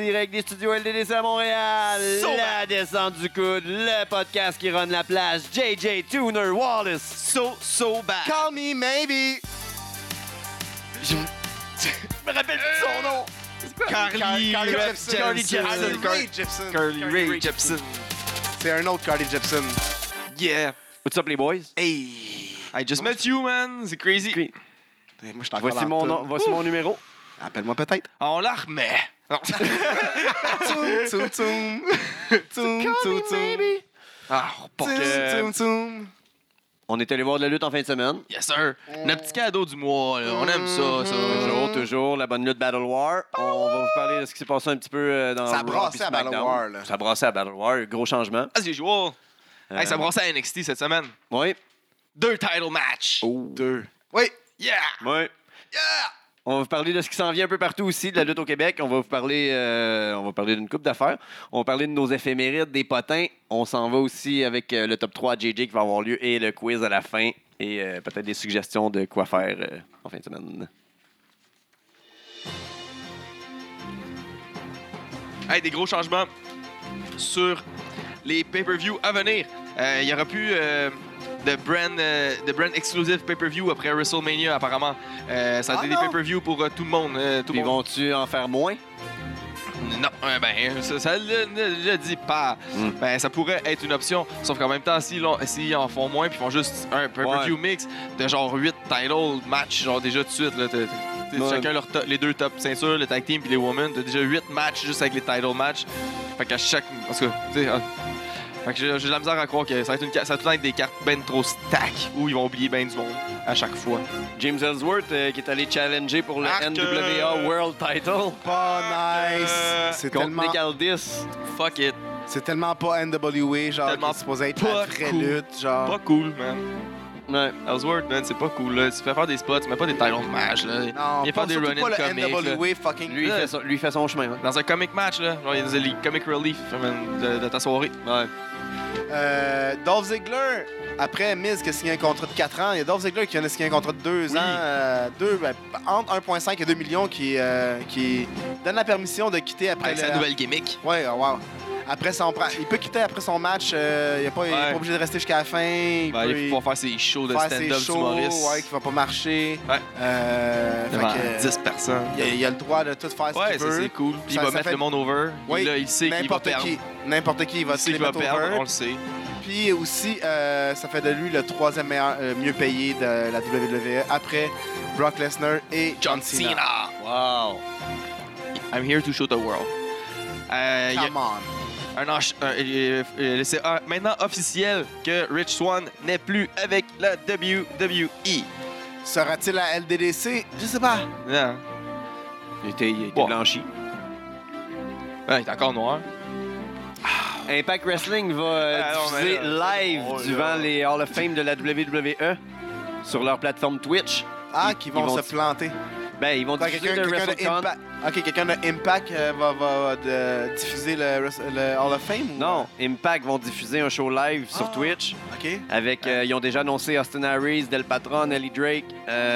direct des studios LDDC à Montréal. La descente du coude, le podcast qui run la plage. JJ Tuner Wallace. So bad. Call me maybe. Je me rappelle plus son nom. Carly Jepsen. Carly Rae Jepsen. C'est un autre Carly Jepsen. Yeah. What's up, les boys? Hey. I just met you, man. C'est crazy. Moi, je suis encore Voici dans mon, le nom, top. voici mon numéro. Appelle-moi peut-être. On la remet. Non. Tsum, tsum, tsum. Tsum, tsum, tsum. Ah, pour Tsum, que... tsum, tsum. On est allé voir de la lutte en fin de semaine. Yes, sir. Notre petit cadeau du mois, là. On aime ça. Toujours, la bonne lutte Battle War. On va vous parler de ce qui s'est passé un petit peu dans Ça Raw brassait puis à Battle SmackDown. War, là. Ça brassait à Battle War. Gros changement. As usual. Hey, ça brassait à NXT cette semaine. Oui. 2 title match. Deux. Oui. Yeah. Oui. Yeah. On va vous parler de ce qui s'en vient un peu partout aussi, de la lutte au Québec. On va vous parler, d'une coupe d'affaires. On va parler de nos éphémérides, des potins. On s'en va aussi avec le top 3 à JJ qui va avoir lieu et le quiz à la fin. Et peut-être des suggestions de quoi faire en fin de semaine. Hey, des gros changements sur les pay-per-view à venir. Il y aura plus de brand exclusive pay-per-view après WrestleMania, apparemment. Ça a été des pay-per-view pour tout le monde. Puis vont-tu en faire moins? Non, ça le dit pas. Ben, ça pourrait être une option, sauf qu'en même temps, s'ils en font moins puis font juste un pay-per-view mix de genre 8 title matchs, genre déjà tout de suite, là, chacun les deux top ceintures, le tag team puis les women, t'as déjà 8 matchs juste avec les title matchs. Fait qu'à chaque... En tout cas, tu sais... Fait que j'ai de la misère à croire que ça va tout le temps être des cartes ben trop stack où ils vont oublier ben du monde à chaque fois. James Ellsworth qui est allé challenger pour le NWA World Title. Pas nice. C'est Contre tellement... Nick Aldis. Fuck it. C'est tellement pas NWA, genre, Tellement qui est supposé être la pas vraie cool. lutte, genre. Pas cool, man. Ouais. Ellsworth, man, c'est pas cool, là. Tu fais faire des spots, tu mets pas des title match, là. Non, Il pas faire des surtout run-in pas le comics, NWA fucking... Lui, il fait son chemin. Ouais. Dans un comic match, là. Genre, il y a des comic relief de ta soirée. Ouais. Dolph Ziggler, après Miz qui a signé un contrat de 4 ans, il y a Dolph Ziggler qui a signé un contrat de 2 ans, entre 1,5 et 2 millions qui donne la permission de quitter après Avec sa nouvelle gimmick. Ouais, wow. Après il peut quitter après son match, il n'est pas obligé de rester jusqu'à la fin. Il Il peut faut faire ses shows de faire ses stand-up shows, d'humoriste. ouais, qui va pas marcher. Ouais. Devant 10 personnes. Il a le droit de tout faire ce Ouais, qu'il ça veut. c'est cool. Puis il Ça va mettre fait- le monde over. Oui, Puis là, il sait qu'il va N'importe perdre. N'importe qui, il va Il se sait les qu'il va mettre perdre, over. on le sait. Puis aussi, ça fait de lui le troisième mieux payé de la WWE après Brock Lesnar et John Cena. Wow. I'm here to show the world. Il y a Come on. c'est maintenant officiel que Rich Swann n'est plus avec la WWE. Sera-t-il à LDDC? Je sais pas. Non. Il était Bon. blanchi. Ouais, il est encore noir. Impact Wrestling va diffuser live durant les Hall of Fame de la WWE sur leur plateforme Twitch. Qui vont se planter. Ben, ils vont diffuser le WrestleCon. Quelqu'un de Impact va diffuser le Hall of Fame? Ou... Non, Impact vont diffuser un show live sur Twitch. OK. Avec, ils ont déjà annoncé Austin Harris, Del Patron, Eli Drake,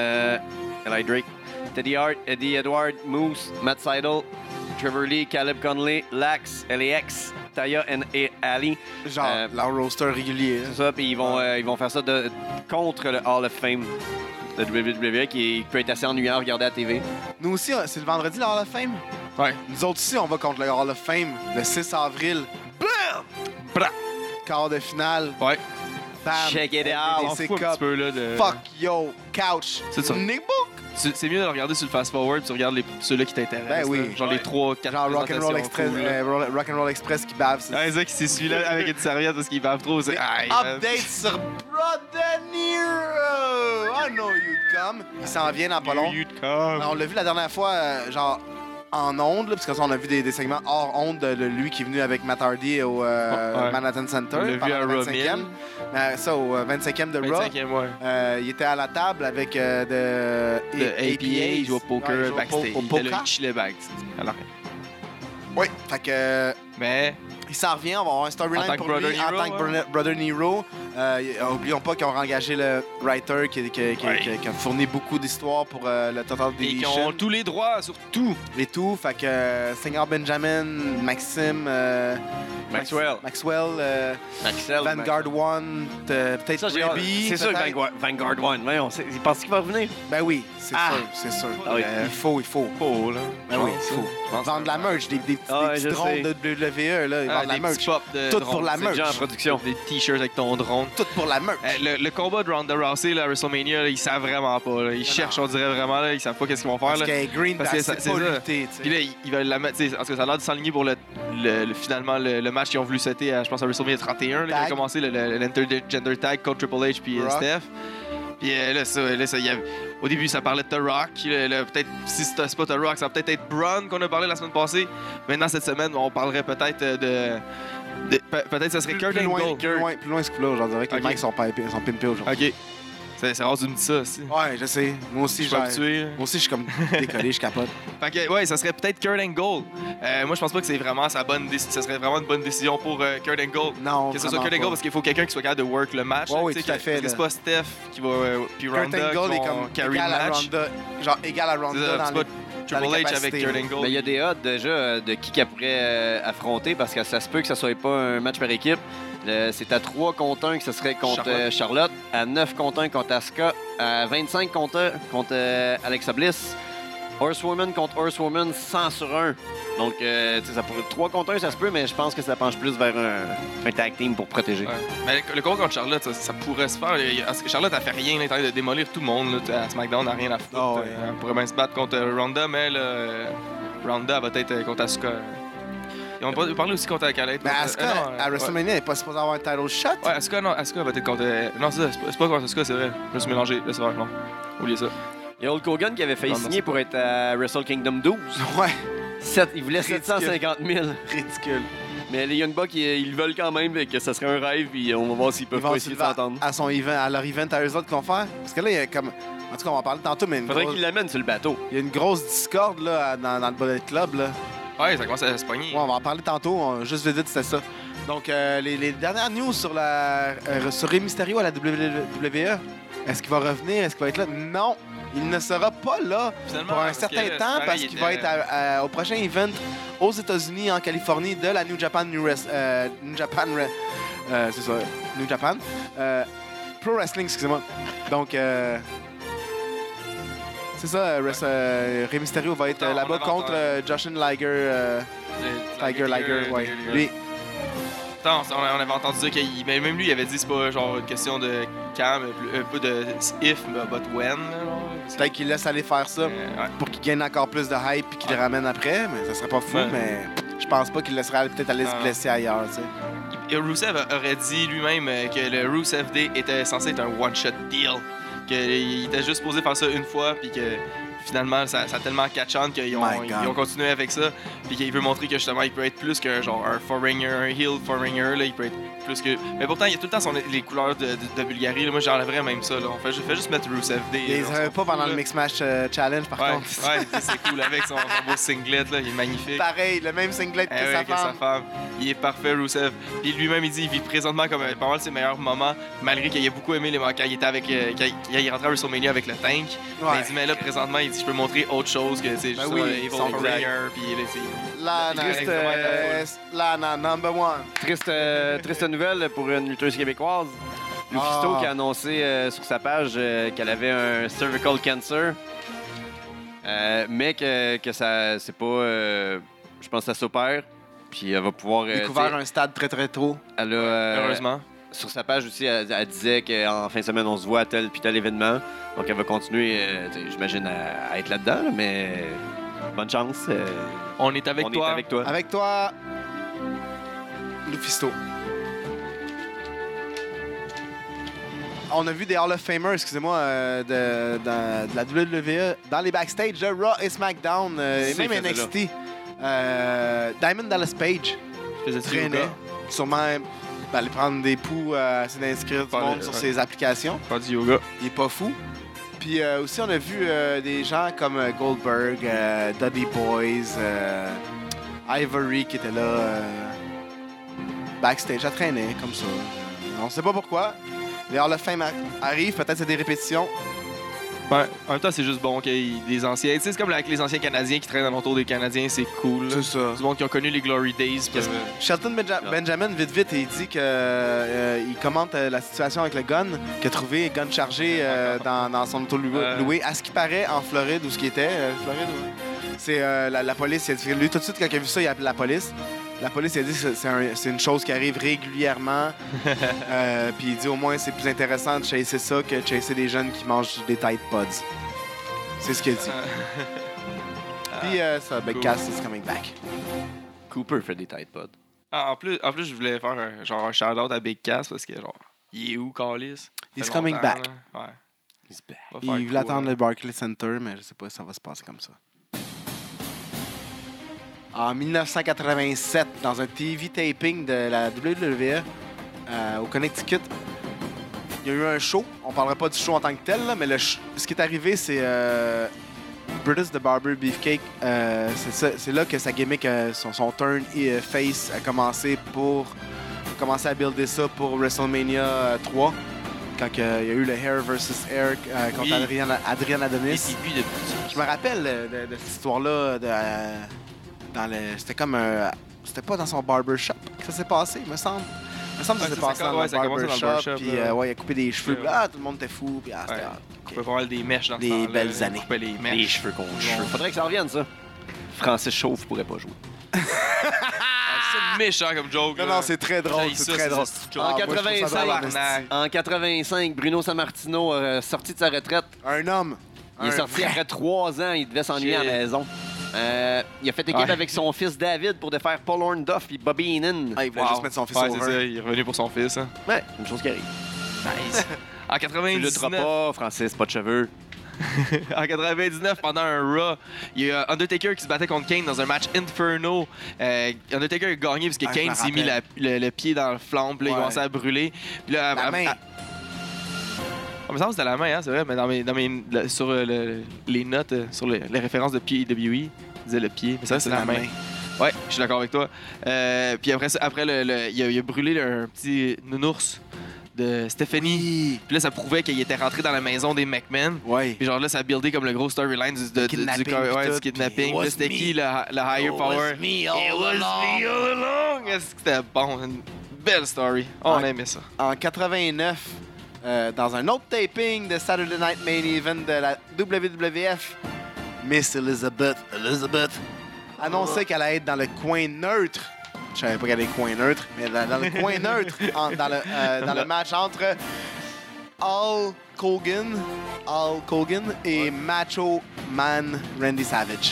Teddy Hart, Eddie Edward, Moose, Matt Seidel, Trevor Lee, Caleb Conley, Lax, LAX, Taya et Ali. Genre leur roster régulier. C'est ça, puis ils vont faire ça contre le Hall of Fame de WWE qui peut être assez ennuyant à regarder à la TV. Nous aussi, c'est le vendredi, le Hall of Fame? Ouais. Nous autres aussi, on va contre le Hall of Fame le 6 avril. Bam! Bra. Quart de finale. Ouais. Bam! Check it On out! s'en LDDC fout un petit Cup. peu, là, de... Fuck yo, couch. C'est ça. Nick Book. C'est mieux de le regarder sur le fast-forward, tu regardes ceux-là qui t'intéressent. Ben oui. là. Genre les 3-4 Genre Rock'n'Roll Express, Rock'n'Roll Express qui bave. Ouais, c'est ça qui s'est celui-là avec une serviette parce qu'il bave trop. C'est... Aïe, Update sur Brother Nero. I know you'd come. Il s'en vient dans pas long. On l'a vu la dernière fois, genre en ondes, là, parce qu'on a vu des segments hors ondes de lui qui est venu avec Matt Hardy au Manhattan Center. On l'a vu pendant à le Raw 25e. Ça, au 25e de Raw. 25e, ouais. Il était à la table avec Le APA, il joue au poker Ouais, il joue backstage. au Il était là, poker. il chillait back. Alors, Oui, fait que mais il s'en revient, on va avoir un En storyline tant que pour Brother lui en Nero, tant que Brother Nero. Oublions pas qu'ils ont engagé le writer qui a fourni beaucoup d'histoires pour le Total Et qui Deletion ont tous les droits sur tout. et tout. Fait que Seigneur Benjamin, Maxime, Maxwell. Maxwell. Vanguard One, peut-être Ça, j'ai hâte. Ruby. C'est sûr que peut-être. Vanguard One. Ouais, il pense qu'il va revenir. Ben oui, c'est Ah. sûr, c'est sûr. Ah oui. Il faut. Oh, là. Ben oui, il faut. Vendre de la merch, des petits je drones sais. de WWE, là, ils vendent de la des merch. petits pop de Tout drone. pour la C'est merch. Déjà en production. Des t-shirts avec ton drone. Tout pour la merch. Le combat de Ronda Rousey là, à WrestleMania, là, ils savent vraiment pas. Là. Ils cherchent, on dirait vraiment. Là, ils savent pas qu'est-ce qu'ils vont faire. Parce Là. qu'elle est green, Parce parce que que c'est c'est pas ça. lutter, tu Puis sais. là, ils veulent la mettre. En tout cas, ça a l'air de s'enligner pour finalement le match qu'ils ont voulu setter, je pense, à WrestleMania 31. Là, qui a Tag. commencé l'Intergender Tag contre Triple H puis Rock. Steph. Puis là, il y avait- au début, ça parlait de The Rock. Là, peut-être, si c'est pas The Rock, ça va peut-être être Braun qu'on a parlé la semaine passée. Maintenant, cette semaine, on parlerait peut-être peut-être que ça serait Kurt Plus loin, Angle. plus loin ce coup-là, j'en dirais que Ok. les mecs sont pimpés aujourd'hui. OK. C'est rare que tu me dis ça aussi. Ouais, je sais. Moi aussi, Je suis pas habitué. Moi aussi, je suis comme décollé, je capote. Fait que, ouais, ça serait peut-être Kurt Angle. Moi, je pense pas que c'est vraiment ça serait vraiment une bonne décision pour Kurt Angle. Non, Que ce soit vraiment Kurt Angle pas. parce qu'il faut quelqu'un qui soit capable de work le match. Ouais, là, oui, tu sais, tout à fait, Parce que là. c'est pas Steph qui va. Puis Kurt Ronda Angle qui est vont comme carry le égal à match. Ronda. Genre égal à C'est Ronda ça, dans c'est les... pas Triple les H avec capacités, Kurt là. Angle. Mais il y a des odds déjà de qui qu'elle pourrait affronter parce que ça se peut que ça soit pas un match par équipe. C'est à 3 contre 1 que ce serait contre Charlotte, à 9 contre 1 contre Asuka, à 25 contre 1 contre Alexa Bliss, Horsewoman contre Horsewoman 100 sur 1. Donc, tu sais, ça pourrait 3 contre 1, ça se peut, mais je pense que ça penche plus vers un tag team pour protéger. Ouais. Mais le combat contre Charlotte, ça pourrait se faire. Parce que Charlotte, elle fait rien. Elle est en train de démolir tout le monde. Là. À SmackDown, elle n'a rien à foutre. Ah ouais. Elle pourrait bien se battre contre Ronda, mais là, Ronda elle va être contre Asuka. Ils ont parlé aussi contre Khaled. Mais Asuka, à WrestleMania, elle n'est pas supposée avoir un title shot. Ouais, Asuka va être contre. Non, c'est ça. C'est pas contre Asuka, c'est vrai. Je me suis mélangé. Laisse faire, non. Oubliez ça. Il y a Hulk Hogan qui avait failli Non, non, signer c'est pour être à Wrestle Kingdom 12. Ouais, Il voulait Ridicule. 750 000. ridicule. Mais les Young Bucks, ils veulent quand même que ça serait un rêve, puis on va voir s'ils peuvent Ils vont pas essayer de s'entendre. à son event, à leur event à eux autres qu'on fait. Parce que là, il y a comme... En tout cas, on va en parler tantôt, mais Faudrait qu'ils l'amènent sur le bateau. il y a une grosse discorde là, dans le Bullet Club. Là. Ouais, ça commence à se pogner. Ouais, on va en parler tantôt. Juste vite, c'était ça. Donc, les dernières news sur sur Rey Mysterio à la WWE. Est-ce qu'il va revenir? Est-ce qu'il va être là? Non, il ne sera pas là Finalement, pour un parce certain que, temps pareil, parce il qu'il était- va être au prochain event aux États-Unis, en Californie, de la New Japan c'est ça, New Japan. Pro Wrestling, excusez-moi. Donc, c'est ça, Rey Mysterio va être Non, on là-bas avait contre Jushin Liger. Liger, ouais. Lui, Attends, on avait entendu dire qu'il. Mais même lui, il avait dit que c'est pas genre une question de quand, mais pas de if, but when. là, genre. peut-être qu'il laisse aller faire ça Ouais. pour qu'il gagne encore plus de hype et qu'il le ramène après, mais ça serait pas fou, Ouais. mais je pense pas qu'il laisserait peut-être aller se Ah. blesser ailleurs, tu sais. Et Rusev aurait dit lui-même que le Rusev Day était censé être un one-shot deal. Qu'il était juste supposé faire ça une fois, puis que finalement, ça a tellement catch-on qu'ils ont, My God. ils ont continué avec ça. Puis qu'il veut montrer que justement, il peut être plus que genre un foreigner, un heel foreigner. Là, il peut être plus que. Mais pourtant, il y a tout le temps les couleurs de Bulgarie. Là. Moi, j'enlèverais même ça. Là. On fait juste mettre Rusev Day. Il les là, on avait s'en pas fout, pendant là. le Mix Match Challenge, par Ouais, contre. ouais, c'est cool avec son beau singlet. Là. Il est magnifique. Pareil, le même singlet que Eh sa ouais, que femme. sa femme. Il est parfait, Rusev. Puis lui-même, il dit qu'il vit présentement comme pas mal ses meilleurs moments, malgré qu'il a beaucoup aimé les moments quand il était avec. Quand il est rentré à WrestleMania avec le tank. Ouais. Mais il dit, mais là, présentement, il dit, je peux montrer autre chose que, c'est juste oui, Evil son Foreigner. Puis là, c'est. Lana, Triste, Lana, number one. Triste nouvelle pour une lutteuse québécoise. Lufisto Ah. qui a annoncé sur sa page qu'elle avait un cervical cancer. Mais que ça, c'est pas. Je pense que ça s'opère. Puis elle va pouvoir. Découvert tu sais, un stade très très tôt. elle a, Heureusement. sur sa page aussi, elle disait qu'en fin de semaine, on se voit à tel puis tel événement. Donc elle va continuer, tu sais, j'imagine, à être là-dedans. Là, mais bonne chance. On est avec on toi. est avec toi. Avec toi, Lufisto. On a vu des Hall of Famers, excusez-moi, de la WWE dans les backstage de Raw et SmackDown, et C'est même fait NXT. Diamond Dallas Page Faisais-tu traînait, yoga? sûrement aller prendre des poux, essayer d'inscrire du Faire monde le- sur ouais. ses applications. Faire du yoga. Il est pas fou. Puis aussi, on a vu des gens comme Goldberg, Dudley Boys, Ivory qui était là backstage, à traîner comme ça. On sait pas pourquoi. Les Hall of Fame arrivent, peut-être c'est des répétitions. Ouais, en même temps, c'est juste bon qu'il y ait des anciens. Tu sais, c'est comme avec les anciens Canadiens qui traînent alentour des Canadiens, c'est cool. C'est ça. Du monde qui ont connu les Glory Days. Shelton Benjamin, vite, il dit que il commente la situation avec le gun, qu'il a trouvé un gun chargé dans son auto loué. À ce qui paraît, en Floride, où ce qui était. Floride, ouais. C'est la police. Lui, tout de suite, quand il a vu ça, il a appelé la police. La police il a dit que c'est une chose qui arrive régulièrement. Puis il dit au moins c'est plus intéressant de chasser ça que de chasser des jeunes qui mangent des Tide Pods. C'est ce qu'il dit. Puis ça, Big Cass is coming back. Cooper fait des Tide Pods. En plus, je voulais faire un shout-out à Big Cass parce que, genre, il est où, Callis? He's coming back. Ouais. He's back. Il voulait attendre le Barclays Center, mais je sais pas si ça va se passer comme ça. En 1987, dans un TV taping de la WWE au Connecticut, il y a eu un show. On ne parlera pas du show en tant que tel, là, mais ce qui est arrivé, c'est Brutus the Barber Beefcake. C'est là que sa gimmick, son turn face a commencé à builder ça pour WrestleMania 3. Quand il y a eu le Hair versus Hair contre Adrian Adonis. Je me rappelle de cette histoire-là. C'était comme c'était pas dans son barbershop que ça s'est passé, me semble. Il me semble que ça s'est passé dans le barbershop. Puis il a coupé des cheveux. Puis tout le monde était fou. Puis c'était on peut voir des mèches dans des belles années. Les cheveux contre cheveux. Faudrait que ça revienne, ça. Francis Chauve pourrait pas jouer. C'est méchant comme joke. Non, c'est très drôle. C'est très drôle. En 85, Bruno Sammartino a sorti de sa retraite. Un homme. Il est sorti après 3 ans. Il devait s'ennuyer à la maison. Il a fait équipe avec son fils David pour défaire Paul Orndorff et Bobby Heenan. Il voulait juste mettre son fils over. C'est ça, il est revenu pour son fils. Hein. Ouais, une chose qui arrive. Nice. En 99... Tu lutteras pas, Francis, pas de cheveux. En 99, pendant un Raw, il y a Undertaker qui se battait contre Kane dans un match Inferno. Undertaker a gagné parce que Kane s'est mis le pied dans le flambe, puis là, il commençait à brûler. Puis là, la main. Il me semble que c'était la main, hein, c'est vrai, mais sur les notes, sur les références de PWE, il disait le pied. Mais ça, c'est la main. Ouais, je suis d'accord avec toi. Puis après, il a brûlé un petit nounours de Stephanie. Oui. Puis là, ça prouvait qu'il était rentré dans la maison des McMahon. Ouais. Puis genre là, ça a buildé comme le gros storyline du kidnapping. Là, c'était qui le higher power? It was me all along! Est-ce que c'était bon? Une belle story. On aimait ça. En 89, dans un autre taping de Saturday Night Main Event de la WWF, Miss Elizabeth annonçait qu'elle allait être dans le coin neutre. Je savais pas qu'elle allait coin neutre, mais dans le coin neutre, dans le match entre Hulk Hogan et Macho Man Randy Savage.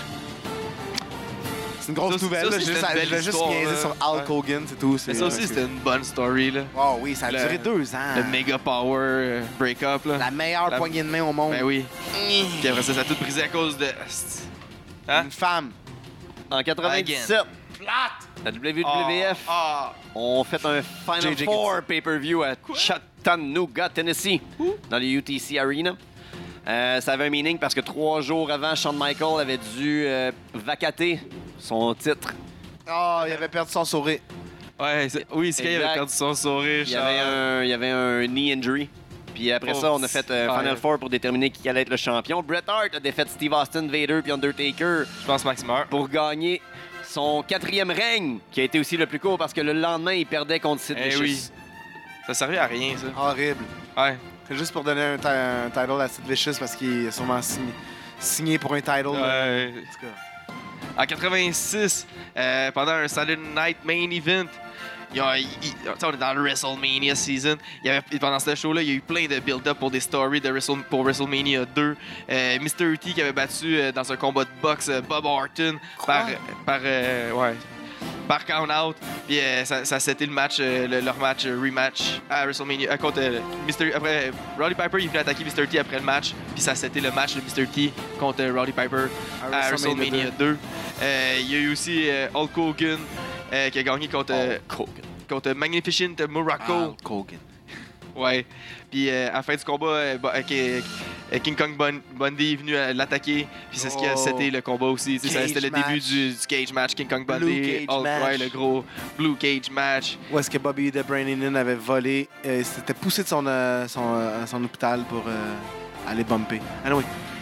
C'est une grosse nouvelle. Je vais juste niaiser sur Hulk Hogan, c'est tout. Mais ça aussi, c'était une bonne story. Là. Oh oui, ça a duré 2 ans. Le Mega Power break-up. La meilleure poignée de main au monde. Ben oui. Puis après ça a tout brisé à cause de... Une femme. En 97, la WWF ont fait un Final Four pay-per-view à Chattanooga, Tennessee, dans le UTC Arena. Ça avait un meaning parce que 3 jours avant, Shawn Michaels avait dû vacater son titre. Il avait perdu son sourire. Ouais, oui, c'est quand il avait perdu son sourire. Il y avait un knee injury. Puis après ça, on a fait Final Four pour déterminer qui allait être le champion. Bret Hart a défait Steve Austin, Vader puis Undertaker. Je pense Maximum. Pour gagner son 4e règne, qui a été aussi le plus court parce que le lendemain, il perdait contre Sid Vicious. Oui. Ça servait à rien, ça. Horrible. Ouais. C'est juste pour donner un title à Sid Vicious parce qu'il est sûrement signé pour un title. Ouais. En 86, pendant un Saturday Night Main Event, on est dans le WrestleMania season. Pendant ce show-là, il y a eu plein de build-up pour des stories pour WrestleMania 2. Mr. T qui avait battu dans un combat de boxe Bob Orton par count-out. Puis ça c'était le match, leur match rematch à WrestleMania contre après Roddy Piper, il voulait attaquer Mr. T après le match. Puis ça c'était le match de Mr. T contre Roddy Piper à WrestleMania 2. Il y a eu aussi Hulk Hogan qui a gagné contre Magnificent Muraco. Hulk Hogan. Ouais. Puis à la fin du combat, King Kong Bundy est venu l'attaquer, puis c'est ce qui a seté le combat aussi. C'était le début du cage match. King Kong Bundy, match. Le gros Blue Cage match. Où est-ce que Bobby the Brain Heenan avait volé, s'était poussé de son hôpital pour aller bumper. Anyway.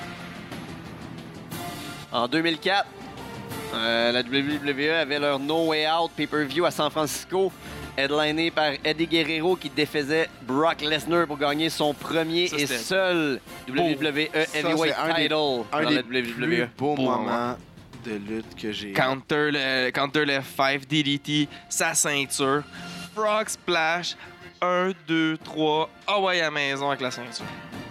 En 2004, la WWE avait leur No Way Out pay-per-view à San Francisco, headliné par Eddie Guerrero qui défaisait Brock Lesnar pour gagner son premier et seul WWE Heavyweight Title dans la WWE. Beau moment de lutte que j'ai. Counter le 5 DDT, sa ceinture, Frog Splash, 1, 2, 3, ah ouais à la maison avec la ceinture.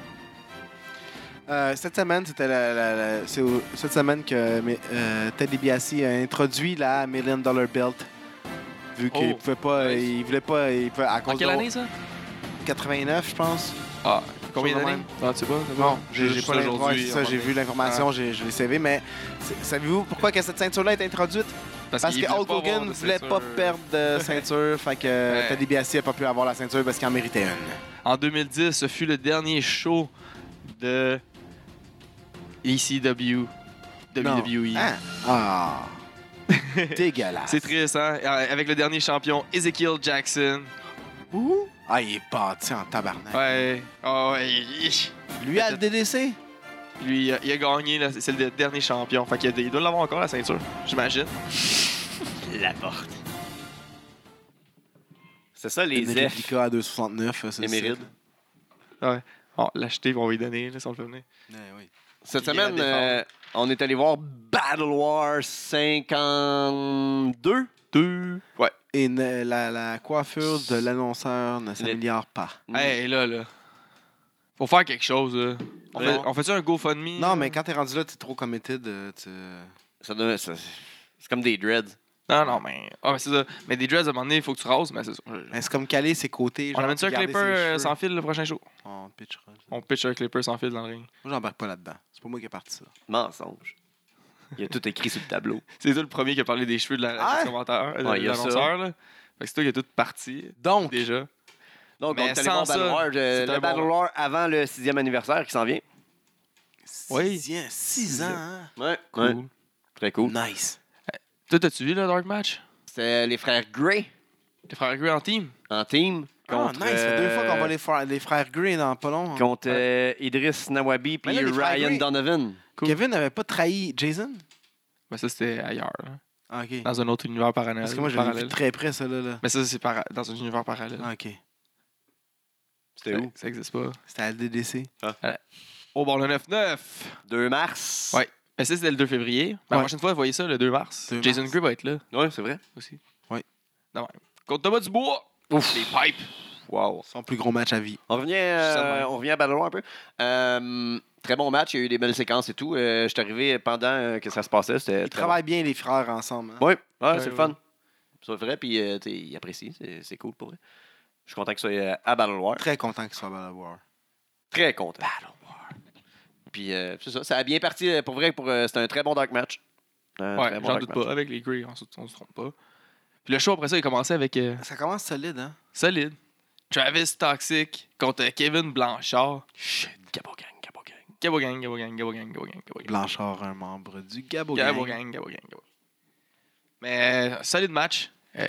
Cette semaine, c'est cette semaine que Ted DiBiase a introduit la $1 Million Belt. Vu qu'il pouvait pas, nice. il voulait pas, à cause En quelle année ça? 89, je pense. Ah, combien d'années? Ah, tu sais pas? Non, j'ai pas aujourd'hui. l'information. J'ai vu l'information, je l'ai sauvé, mais savez-vous pourquoi que cette ceinture-là est introduite? Parce que Hulk Hogan voulait pas perdre de ceinture, fait que Ted DiBiase a pas pu avoir la ceinture parce qu'il en méritait une. En 2010, ce fut le dernier show de ECW, WWE. Hein? Ah! Dégueulasse. C'est triste, hein? Avec le dernier champion, Ezekiel Jackson. Ouh! Ah, il est bâti en tabarnak. Ouais. Oh, ouais. Lui a le DDC? Lui, il a gagné, là, c'est le dernier champion. Fait qu'il doit l'avoir encore, la ceinture, j'imagine. La porte. C'est ça, les F. réplica à 2,69. C'est Éméride. Ouais. Bon, l'acheter, on va lui donner, là, si on le fait venir. Oui. Cette semaine, on est allé voir Battle War 52. Ouais. Et la coiffure de l'annonceur ne s'améliore pas. Hey, là. Faut faire quelque chose, là. On fait-tu un GoFundMe? Non, mais quand t'es rendu là, t'es trop committed. C'est comme des dreads. Non, mais... Ah, mais c'est ça. Mais des dreads, à un moment donné, il faut que tu rases, mais c'est ça. C'est comme caler ses côtés. On amène-tu un clipper sans fil le prochain show? On pitchera. On pitch un clipper sans fil dans le ring. Moi, j'embarque pas là-dedans. C'est pas moi qui ai parti ça. Mensonge. Il y a tout écrit sur le tableau. C'est toi le premier qui a parlé des cheveux de l'annonceur, Ouais, là. Fait que c'est toi qui a tout parti. Donc, déjà. Donc, mais on est allé voir Battle War. Le Battle War avant le 6e anniversaire qui s'en vient. Oui. 6 ans, hein? Ouais, Cool. ouais. Très cool. Nice. Toi, t'as-tu vu le Dark Match? C'est les frères Gray Les frères Gray en team? en team. Nice. Ça fait 2 fois qu'on va les frères Grey dans pas long. Contre Idris Nawabi puis Mais là, les frères Ryan Gray- Donovan. Cool. Kevin n'avait pas trahi Jason? Mais ça, c'était ailleurs. Là. Ah, OK. Dans un autre univers parallèle. Parce que moi, je l'ai vu très près, ça, là. Mais ça, c'est dans un univers parallèle. Ah, OK. C'était où? Ça existe pas. C'était à LDDC. Oh, bon, le 9-9. 2 mars. Ouais. Mais ça, c'était le 2 février. La prochaine fois, vous voyez ça, le 2 mars. 2 Jason mars. Gray va être là Ouais, c'est vrai. aussi. Oui. Non, ouais. Contre Thomas Dubois. Ouf. Les pipes. Wow. Son plus gros match à vie. On revient à Battle War un peu. Très bon match. Il y a eu des belles séquences et tout. Je suis arrivé pendant que ça se passait. C'était Ils travaillent bien, les frères, ensemble. Hein? Oui, Ouais, c'est le ouais. fun. C'est vrai, puis ils apprécient. C'est cool pour eux. Je suis content que ça soit à Battle War. Très content qu'il soit à Battle War. Très content. Battle War. Puis c'est ça. Ça a bien parti pour vrai. C'était un très bon dark match. Ouais, j'en doute pas. Avec les Gray, on se trompe pas. Puis le show après ça, il commençait avec Ça commence solide, hein? solide. Travis Toxic contre Kevin Blanchard. Shit, Gabo Gang. Gabo Gang. Blanchard, un membre du Gabo Gabo Gang. Gang. Mais solide match.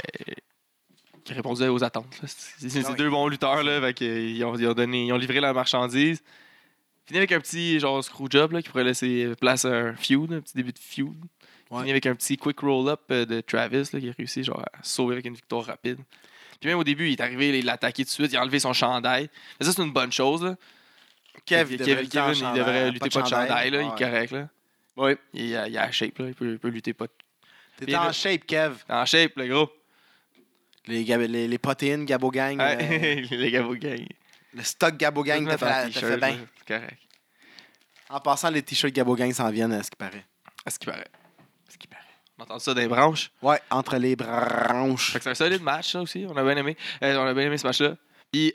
Qui répondait aux attentes. Là. C'est deux bons lutteurs. Là, fait ils ont livré la marchandise. Fini avec un petit genre screwjob là, qui pourrait laisser place à un feud, un petit début de feud. Ouais. Fini avec un petit quick roll-up de Travis là, qui a réussi genre, à se sauver avec une victoire rapide. Puis même au début, il est arrivé, il l'a attaqué tout de suite, il a enlevé son chandail. Mais ça, c'est une bonne chose. Là. Kevin, Il devrait lutter pas de chandail. Là, il est correct. Là. Oui. Il a la shape. Là. Il peut lutter pas. T'es en shape, Kev. En shape, le gros. Les protéines Gabo Gang. Les Gabo Gang. Le stock Gabo Gang te fait bien. C'est correct. En passant, les t-shirts Gabo Gang s'en viennent, à ce qui paraît. À ce qui paraît. On entend ça dans les branches. Ouais, entre les branches. Fait que c'est un solide match, ça aussi. On a bien aimé. On a bien aimé ce match-là. Puis,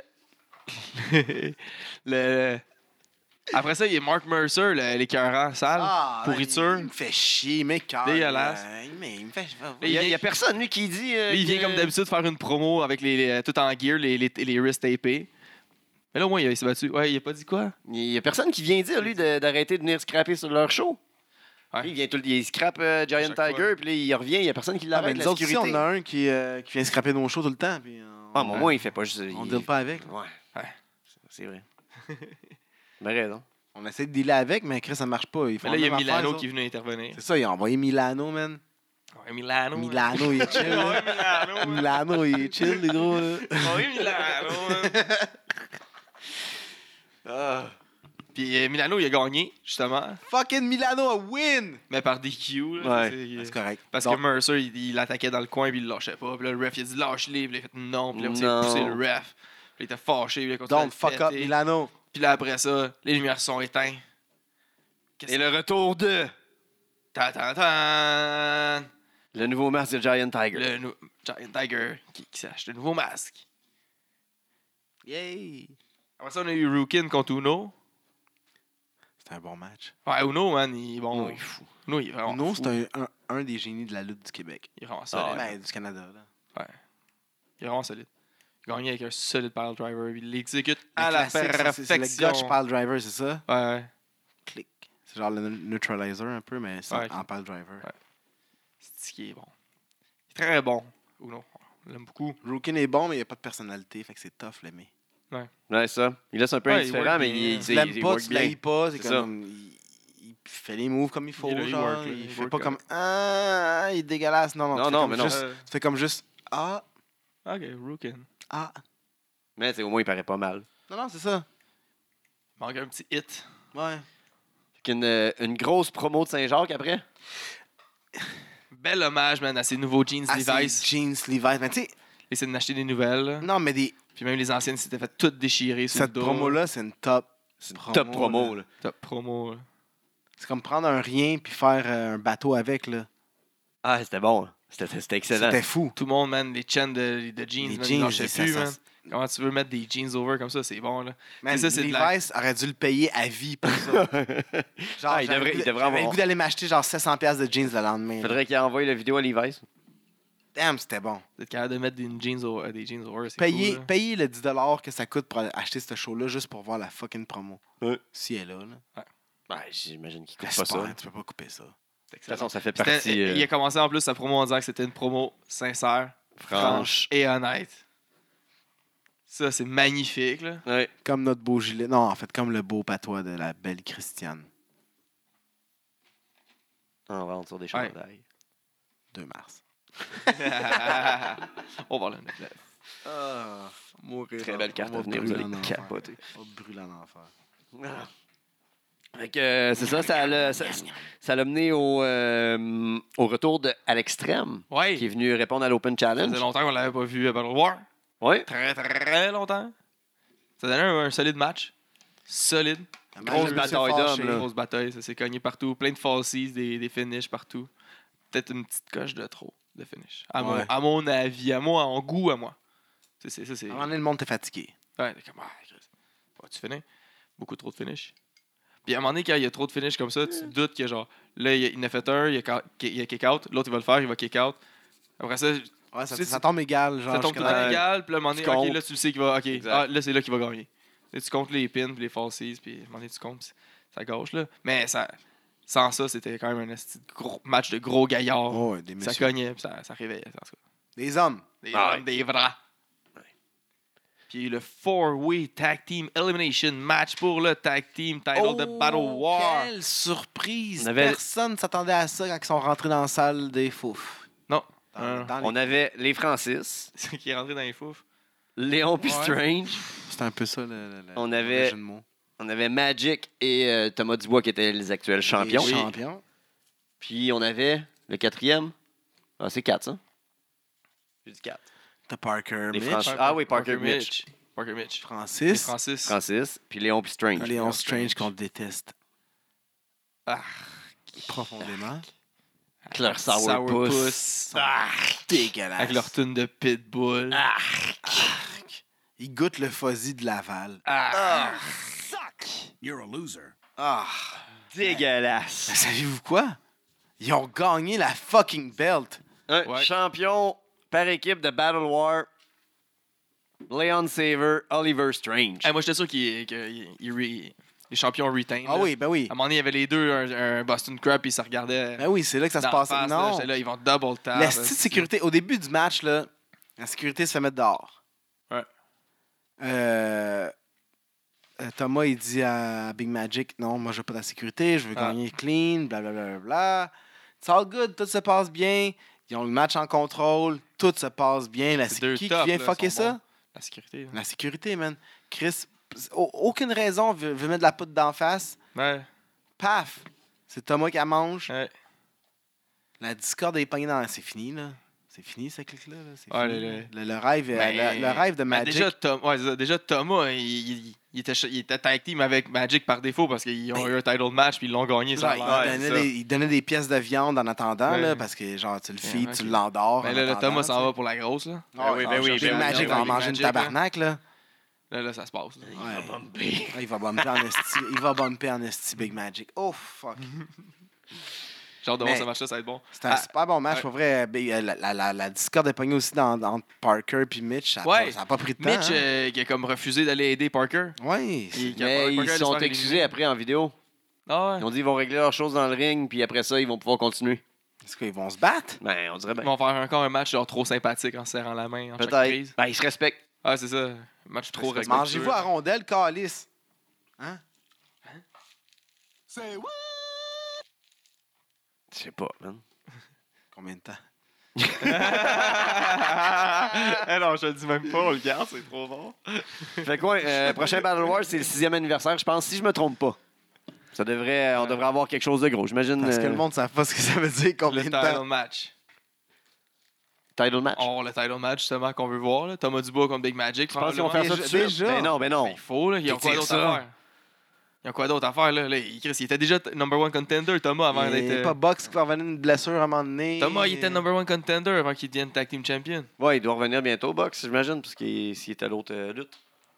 après ça, il y a Mark Mercer, l'écœurant sale. Pourriture. Il me fait chier, mec. Dégueulasse. Il me fait... Il y a personne, lui, qui dit. Lui, il vient comme d'habitude faire une promo avec tout en gear, les wrists tapés. Mais là, au moins, il s'est battu. Ouais, il a pas dit quoi? Il y a personne qui vient dire, lui, d'arrêter de venir scraper sur leur show. Ouais. Il scrape Giant chaque fois. Tiger, puis là, il revient, il y a personne qui Ah, l'arrête. mais nous la autres aussi, sécurité. on a un qui vient scraper nos shows tout le temps. Puis Ah, mais moi, il fait pas juste. on il- deal pas avec. Ouais. Ouais. C'est vrai. Mais raison. On essaie de dealer avec, mais Chris, ça marche pas. Ils font Mais là, il y a la même affaire, Milano ça. qui est venu intervenir. C'est ça, ils ont envoyé Milano, man. Ouais, Milano. Milano, il est chill. là. Ouais, Milano. Milano, il est chill, les gros. Là. Ouais, Milano. Puis Milano, il a gagné, justement, Fucking Milano a win! mais par DQ. Là, Ouais. c'est correct. Parce Donc, que Mercer, il l'attaquait dans le coin, puis il le lâchait pas. Puis là, le ref, il a dit lâche-les. Puis il a fait non. Puis là, il a poussé le ref. Puis il était fâché. Puis il a continué à Don't le fuck up péter. Milano. Puis là, après ça, les lumières sont éteintes. Et le retour de Ta-ta-ta! le nouveau masque de Giant Tiger. Le Giant Tiger qui s'est acheté un nouveau masque. Yay! Après ça, on a eu Rukin contre Uno. C'était un bon match. Ouais, Uno, man, il est bon. Oh, il est fou. Uno, il est vraiment Non, fou. c'est un des génies de la lutte du Québec. Il est vraiment solide. Ben, du Canada, là. Il est vraiment solide. Il a gagné avec un solide pile driver. Il l'exécute à Le la classique, ça, perfection. c'est le Gotch Pile Driver, c'est ça? Ouais. Clic. C'est genre le neutralizer un peu, mais c'est Ouais. en Pile Driver. Ouais. C'est ce qui est bon. Il est très bon. Uno. On l'aime beaucoup. Rookin est bon, mais il n'y a pas de personnalité, fait que c'est tough, l'aimer. Ouais, ça. Il laisse un peu Ouais, il indifférent, work mais bien. il, Tu l'aimes pas, work tu bien. l'aimes pas, c'est C'est comme... Il fait les moves comme il faut, Il genre. work, il il fait work, pas comme... Ah, il est dégueulasse. Non, Non, tu fais non, comme mais non. juste- Tu fais comme juste... Ah, Ok, Rukin. ah. Mais au moins, il paraît pas mal. Non, c'est ça. Il manque un petit hit. Ouais. Une grosse promo de Saint-Jacques après. Bel hommage, man, à ses nouveaux jeans Ah, Levi's. c'est jeans Levi's. Mais tu sais, Il essaie d'acheter des nouvelles. là. non, mais Puis même les anciennes s'étaient fait toutes déchirer sur cette le dos. promo-là, c'est une top. C'est une top promo, là. Top promo. là. C'est comme prendre un rien puis faire un bateau avec, là. Ah, c'était bon. C'était excellent. C'était fou. Tout le monde, man, les chaînes de jeans, Les man, jeans, ils lâchaient ça- plus, ça- man. Comment tu veux mettre des jeans over comme ça, c'est bon, là. Man, ça, c'est de la- Levi's aurait dû le payer à vie pour ça. Genre, Ah, il devrait j'avais avoir- le goût d'aller m'acheter genre 700$ de jeans le lendemain. là. Faudrait qu'il envoie la vidéo à Levi's. Damn, c'était bon. Vous êtes capable de mettre des jeans over, c'est Payer, cool, là. payer le 10$ que ça coûte pour aller acheter ce show-là juste pour voir la fucking promo. Ouais. Si elle est là, là. Ouais, j'imagine qu'il coupe Mais pas c'est ça. pas, tu peux pas couper ça. De toute façon, ça fait C'était- partie. Il a commencé en plus sa promo en disant que c'était une promo sincère, franche et honnête. Ça, c'est magnifique, là. Ouais. Comme notre beau gilet. Non, en fait, comme le beau patois de la belle Christiane. On vend sur des Ouais. chandails. 2 mars. On va le 9. Ah, mourir. Très belle carte à venir, vous allez capoter. On va brûler en enfer. Fait que, c'est ça, ça l'a mené au retour de À l'Extrême, Ouais. qui est venu répondre à l'Open Ça Challenge. faisait longtemps qu'on l'avait pas vu à Battle War. Oui. Très, très longtemps. Ça donnait un solide match. Solide. Grosse bataille d'hommes, là. Grosse bataille. Ça s'est cogné partout. Plein de falsies, des finishes partout. Peut-être une petite coche de trop de finish. Ouais. À mon avis, à moi, en goût à moi. Ça, c'est... À un moment donné, le monde était fatigué. Ouais, t'es comme, Chris, vas-tu finir? Beaucoup trop de finish. Puis à un moment donné, quand il y a trop de finish comme ça, tu te doutes que genre, là, il en a fait un, il a kick out, l'autre il va le faire, il va kick out. Après ça, Ouais, ça, Tu sais, ça tombe égal. Genre, ça tombe tout jusqu'à le temps la- égal, puis là, à un moment donné, tu ok, comptes. là, tu le sais qu'il va, ok, Exact. ah, là, c'est là qu'il va gagner. Là, tu comptes les pins, puis les falsies, puis à un moment donné, tu comptes, puis ça gauche, là. Mais sans ça, c'était quand même un esti de gros match de gros gaillards. Oh, ouais, des Ça messieurs. cognait, puis ça réveillait, en tout cas. Des hommes. Des Ah hommes, des vrais. Puis le 4-way tag team elimination match pour le tag team title de Battle War. Quelle surprise! On avait- Personne ne s'attendait à ça quand ils sont rentrés dans la salle des fouf. Non. Dans On avait les Francis, C'est qui est rentré dans les fouf. Léon puis Ouais. Strange. C'est un peu ça On avait- le jeu de mots. On avait Magic et Thomas Dubois qui étaient les actuels champions. Les champions. Puis on avait le quatrième. Ah, c'est 4, ça? J'ai dit 4. T'as Parker, Les Mitch, Franch- Ah oui, Parker Mitch. Parker Mitch. Les Francis, Francis. Francis, puis Léon puis Strange. Léon Strange qu'on déteste Ah, profondément. Avec leur sourpuss. Dégueulasse. avec leur tune de Pitbull. Il goûte le fuzzy de Laval. You're a loser. Ah! Dégueulasse. Mais savez-vous quoi? Ils ont gagné la fucking belt. Un Ouais. champion par équipe de Battle War. Leon Saver, Oliver Strange. Moi, j'étais sûr les champions retain. Ah oui, ben oui. À un moment donné, il y avait les deux, un Boston Crab, puis ça regardait. Ben oui, c'est là que ça se passe. Non. Là, ils vont double tap. La petite sécurité, au début du match, là, la sécurité se fait mettre dehors. Ouais. Thomas, il dit à Big Magic, non, moi, je veux pas de la sécurité, je veux gagner clean, blablabla. It's all good, tout se passe bien. Ils ont le match en contrôle, tout se passe bien. Qui vient fucker ça? Bons. La sécurité. Là. La sécurité, man. Chris, aucune raison veut mettre de la poudre d'en face. Ouais. Paf! C'est Thomas qui la mange. Ouais. La discorde est pognée dans... C'est fini, là. C'est fini, ce clic-là. Là. C'est Ouais, fini. Le rêve de Magic. Déjà, Thomas, il était tag team avec Magic par défaut parce qu'ils ont eu un title match puis ils l'ont gagné. Il donnait des pièces de viande en attendant, là, parce que genre tu le feeds, tu l'endors. Mais là, le Thomas s'en va pour la grosse. Là. Big Magic va en manger une tabarnak. Là. Là, ça se passe. Là. Il va bumper. Il va bumper en esti. Il va bumper en esti, Big Magic. Oh, fuck. Genre de voir ce match-là, ça va être bon. C'était un super bon match. Pour vrai, la discorde est pognée aussi entre Parker et Mitch. Ça n'a pas pris de temps. Mitch, qui a comme refusé d'aller aider Parker. Oui. Mais ils sont excusés après en vidéo. Ah ouais. Ils ont dit qu'ils vont régler leurs choses dans le ring, puis après ça, ils vont pouvoir continuer. Est-ce qu'ils vont se battre? Ben, on dirait bien. Ils vont faire encore un match genre trop sympathique en se serrant la main en chaque Peut-être. prise. Ben, ils se respectent. Ah, c'est ça. Un match trop respectueux. Mangez-vous à rondelle, calice. Hein? C'est what? Je sais pas, man. Combien de temps? Non, je le dis même pas, on le garde, c'est trop bon. Fait quoi, prochain Battle Wars, c'est le 6e anniversaire, je pense, si je me trompe pas. On devrait avoir quelque chose de gros, j'imagine. Parce que le monde ne sait pas ce que ça veut dire, combien Le de temps. title match. Title match. Oh, le title match, justement, qu'on veut voir. Là. Thomas Dubois contre Big Magic. Je pense qu'ils vont faire ça tout de suite. Déjà? Ben non. Ben, il faut, là. Ils ont quoi d'autre à faire? Ils ont quoi d'autre à faire, là? Chris, il était déjà number one contender, Thomas, avant d'être... Il n'est pas Box qui va revenir une blessure à un moment donné. Thomas, il était number one contender avant qu'il devienne tag team champion. Ouais, il doit revenir bientôt, Box, j'imagine, parce qu'il était à l'autre lutte.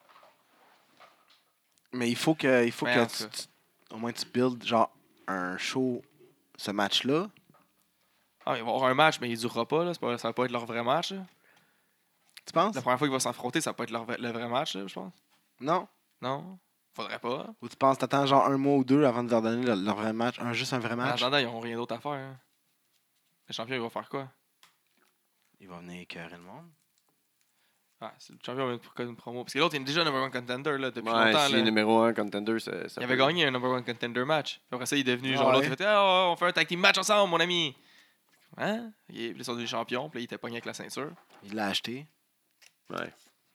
Mais il faut que au moins tu builds genre un show, ce match-là. Ah, ils vont avoir un match, mais il durera pas, là. Ça va pas être leur vrai match, là. Tu penses? La première fois qu'ils vont s'affronter, ça va pas être le vrai match, là, je pense. Non. Non? Faudrait pas. Ou tu penses t'attends genre un mois ou deux avant de leur donner leur vrai match, juste un vrai En match? attendant, ils n'ont rien d'autre à faire. Hein. Le champion, il va faire quoi? Il va venir écœurer le monde. Ah, c'est le champion va faire une promo. Parce que l'autre, il est déjà number one contender là, depuis Ouais, longtemps. si Là. numéro 1 contender, ça Il avait gagné un number one contender match. Puis après ça, il est devenu genre Ouais. l'autre. Il fait on fait un tag team match ensemble, mon ami. Hein? Ils sont devenus champions. Puis là, il était pogné avec la ceinture. Il l'a acheté. Ouais.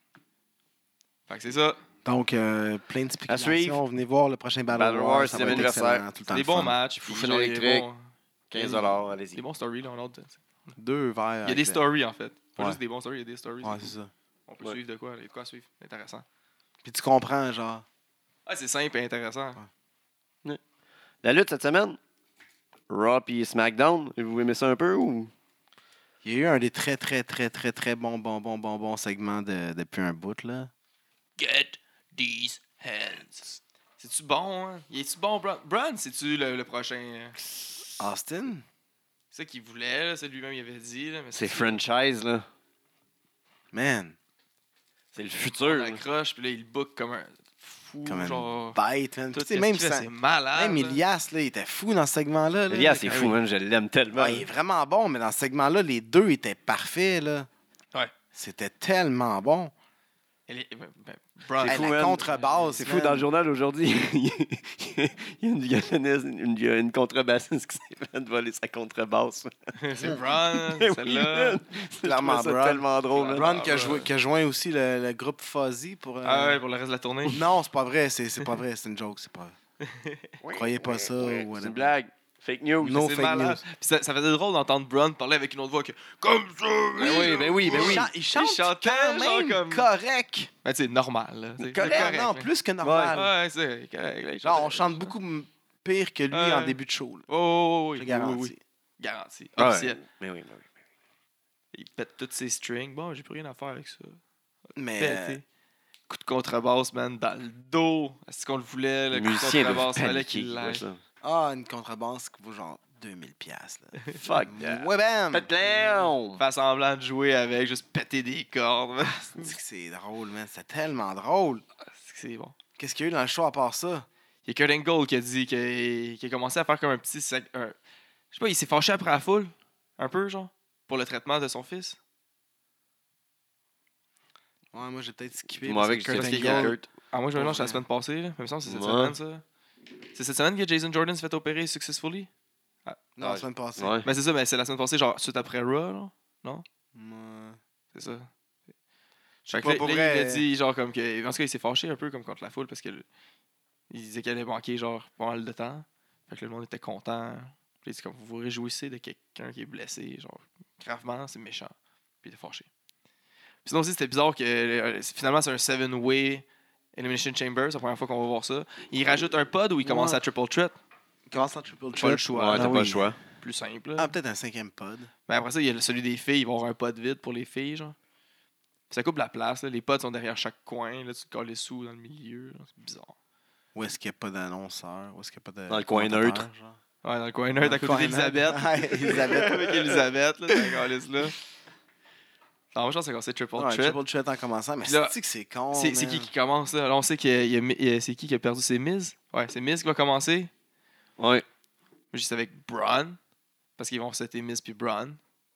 Fait que c'est ça. Donc, plein de À spéculations. suivre. Venez voir le prochain Battle Battle Wars. Wars, Ça 6e va être anniversaire. excellent, tout le temps Des le bons fun. matchs. Fou puis fun genre, électrique. 15 Des allez-y. bons stories, là, on a hâte. 2 verres. Il y a des stories, en fait. Pas Ouais. juste des bons stories, il y a des stories. Ouais, c'est ça. On peut suivre de quoi. Il y a de quoi suivre. Intéressant. Puis tu comprends, genre. Ah, c'est simple et intéressant. La lutte cette semaine? Raw puis SmackDown. Vous aimez ça un peu ou? Il y a eu un des très bons segments depuis un bout, là. Get these hands. C'est-tu bon, hein? Il est-tu bon, Braun? Braun, c'est-tu le prochain... Austin? C'est ça qu'il voulait, là. C'est lui-même il avait dit. Là, mais C'est franchise, là. Man. C'est le On futur. là. accroche, puis là, il book comme un fou. Comme un genre... bête, man. Tout Tu sais, ce même, qu'il fait, ça- c'est malade. même là. Elias, là, il était fou dans ce segment-là. là. Elias, c'est Ah fou, oui. man. Je l'aime tellement. Ouais, il est vraiment bon, mais dans ce segment-là, les deux étaient parfaits, là. Ouais. C'était tellement bon. Braun, Hey, fou, la man. contrebasse, C'est fou, man. dans le journal aujourd'hui, il y a une contrebassiste qui s'est fait voler sa contrebasse. c'est Braun, Oui, celle-là. man. Clairement, Je trouvais ça Braun. tellement drôle. man. Braun Ah, qui a joint aussi le groupe Fuzzy pour... Ah ouais, pour le reste de la tournée. Non, c'est pas vrai, c'est pas vrai, c'est une joke, c'est pas... Croyez pas ça, ou C'est whatever. une blague. Fake news. No C'est fake malade. news. Puis ça faisait drôle d'entendre Braun parler avec une autre voix que comme ça. Ben oui. Il chante chantait, quand genre, même comme- correct. Ben, tu sais, normal. Là. C'est Correct, non, là. plus que normal. Ouais, c'est correct. là, il Genre, on chantait. chante beaucoup pire que lui Ouais. en début de show. Là. Oh, oui, Je oui, garantis. oui, oui. Garanti. Ah ouais. Officiel. Mais oui. Il pète toutes ses strings. Bon, j'ai plus rien à faire avec ça. Mais Pété. Coup de contrebasse, man, dans le dos. Est-ce qu'on le voulait, le Le coup de musicien doit contrebasse? Fallait paniquer. qu'il l'aille. ça. une contrebasse qui vaut genre 2000$, là. Fuck that. Ouais, bam! Faites clown! Faire semblant de jouer avec, juste péter des cordes. C'est drôle, man. C'est tellement drôle. C'est bon. Qu'est-ce qu'il y a eu dans le show à part ça? Il y a Kurt Angle qui a dit qu'il a commencé à faire comme un petit... je sais pas, il s'est fâché après la foule. Un peu, genre. Pour le traitement de son fils. Ouais, moi, j'ai peut-être skippé. Moi, parce avec que Kurt Kurt Angle... Kurt. Ah, moi, je me mélange la Ouais. semaine passée, là. Il me semble que c'est cette Ouais. semaine, ça. C'est cette semaine que Jason Jordan s'est fait opérer successfully? Non, la semaine passée. Ouais. Mais c'est ça, mais c'est la semaine passée, genre, suite après Raw, là. Non? Ouais. C'est ça. sais Fait que pas, là, pour là, vrai, il a dit, genre, comme que. En tout cas, il s'est fâché un peu comme contre la foule parce que il disait qu'elle allait manquer, genre, pas mal de temps. Fait que le monde était content. Puis il dit, comme, vous vous réjouissez de quelqu'un qui est blessé, genre, gravement, c'est méchant. Puis il était fâché. Puis sinon aussi, c'était bizarre que finalement, c'est un 7-way Elimination Chamber. C'est la première fois qu'on va voir ça. Il rajoute un pod où il commence Ouais. à triple threat. Commence en triple Pas threat. le choix. Ouais, t'as Ah pas oui. le choix. Plus simple. Là. Ah, peut-être un 5e pod. Mais après ça, il y a celui des filles. Ils vont avoir un pod vide pour les filles, genre. Puis ça coupe la place. Là. Les pods sont derrière chaque coin. Là, tu te colles les sous dans le milieu. là. C'est bizarre. Où est-ce qu'il n'y a pas d'annonceur? Où est-ce qu'il n'y a pas de. Dans le coin commentateur, neutre. genre? Ouais, dans le coin neutre, à côté Coin d'Elisabeth. neutre. Ouais, Elisabeth. Avec Elisabeth, là, dans la calice, là. Non, moi, je pense que c'est triple Ouais, threat. triple threat en commençant. Mais Puis là, c'est que c'est con. C'est man. qui commence, là? Là, on sait c'est qui a perdu ses Miz? Ouais, c'est Miz qui va commencer. Ouais. Moi, je sais avec Braun. Parce qu'ils vont setter Miz puis Braun.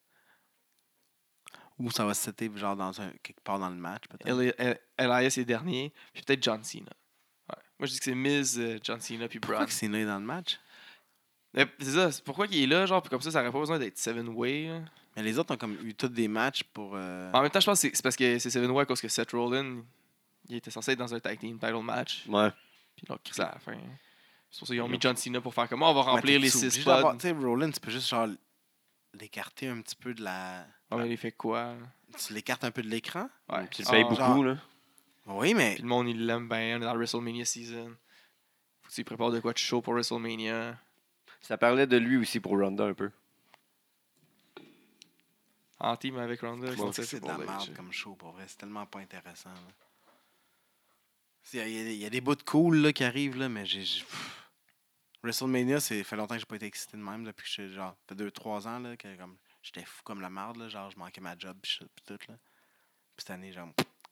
Ou ça va se setter genre quelque part dans le match, peut-être. Elias est dernier. Puis peut-être John Cena. Ouais. Moi, je dis que c'est Miz, John Cena puis Pourquoi Braun. que Cena est dans le match? Mais c'est ça. C'est pourquoi il est là, genre, puis comme ça aurait pas besoin d'être 7-way. là. Mais les autres ont comme eu tous des matchs pour. En même temps, je pense que c'est parce que c'est 7-way à cause que Seth Rollins, il était censé être dans un tag team title match. Ouais. Puis là, Chris à la fin. C'est pour ça qu'ils ont mis John Cena pour faire comment on va remplir Ouais, les t'es 6 obligé pods. d'avoir- Tu sais, Rollins, tu peux juste genre l'écarter un petit peu de la. Ouais, mais il fait quoi? Tu l'écartes un peu de l'écran? Ouais. Tu le payes beaucoup, genre- là. Oui, mais. Puis le monde, il l'aime bien. On est dans la WrestleMania season. Faut que tu prépares de quoi de chaud pour WrestleMania. Ça parlait de lui aussi pour Ronda un peu. En team avec Ronda. Je je pense pense que que c'est de pour la H. merde comme show, pour vrai. C'est tellement pas intéressant. là. Il y a des bouts de cool là, qui arrivent, là, mais WrestleMania, ça fait longtemps que j'ai pas été excité de même. Depuis que ça fait 2-3 ans là, que comme, j'étais fou comme la merde. Là, genre, je manquais ma job pis tout. Là. Puis cette année, genre.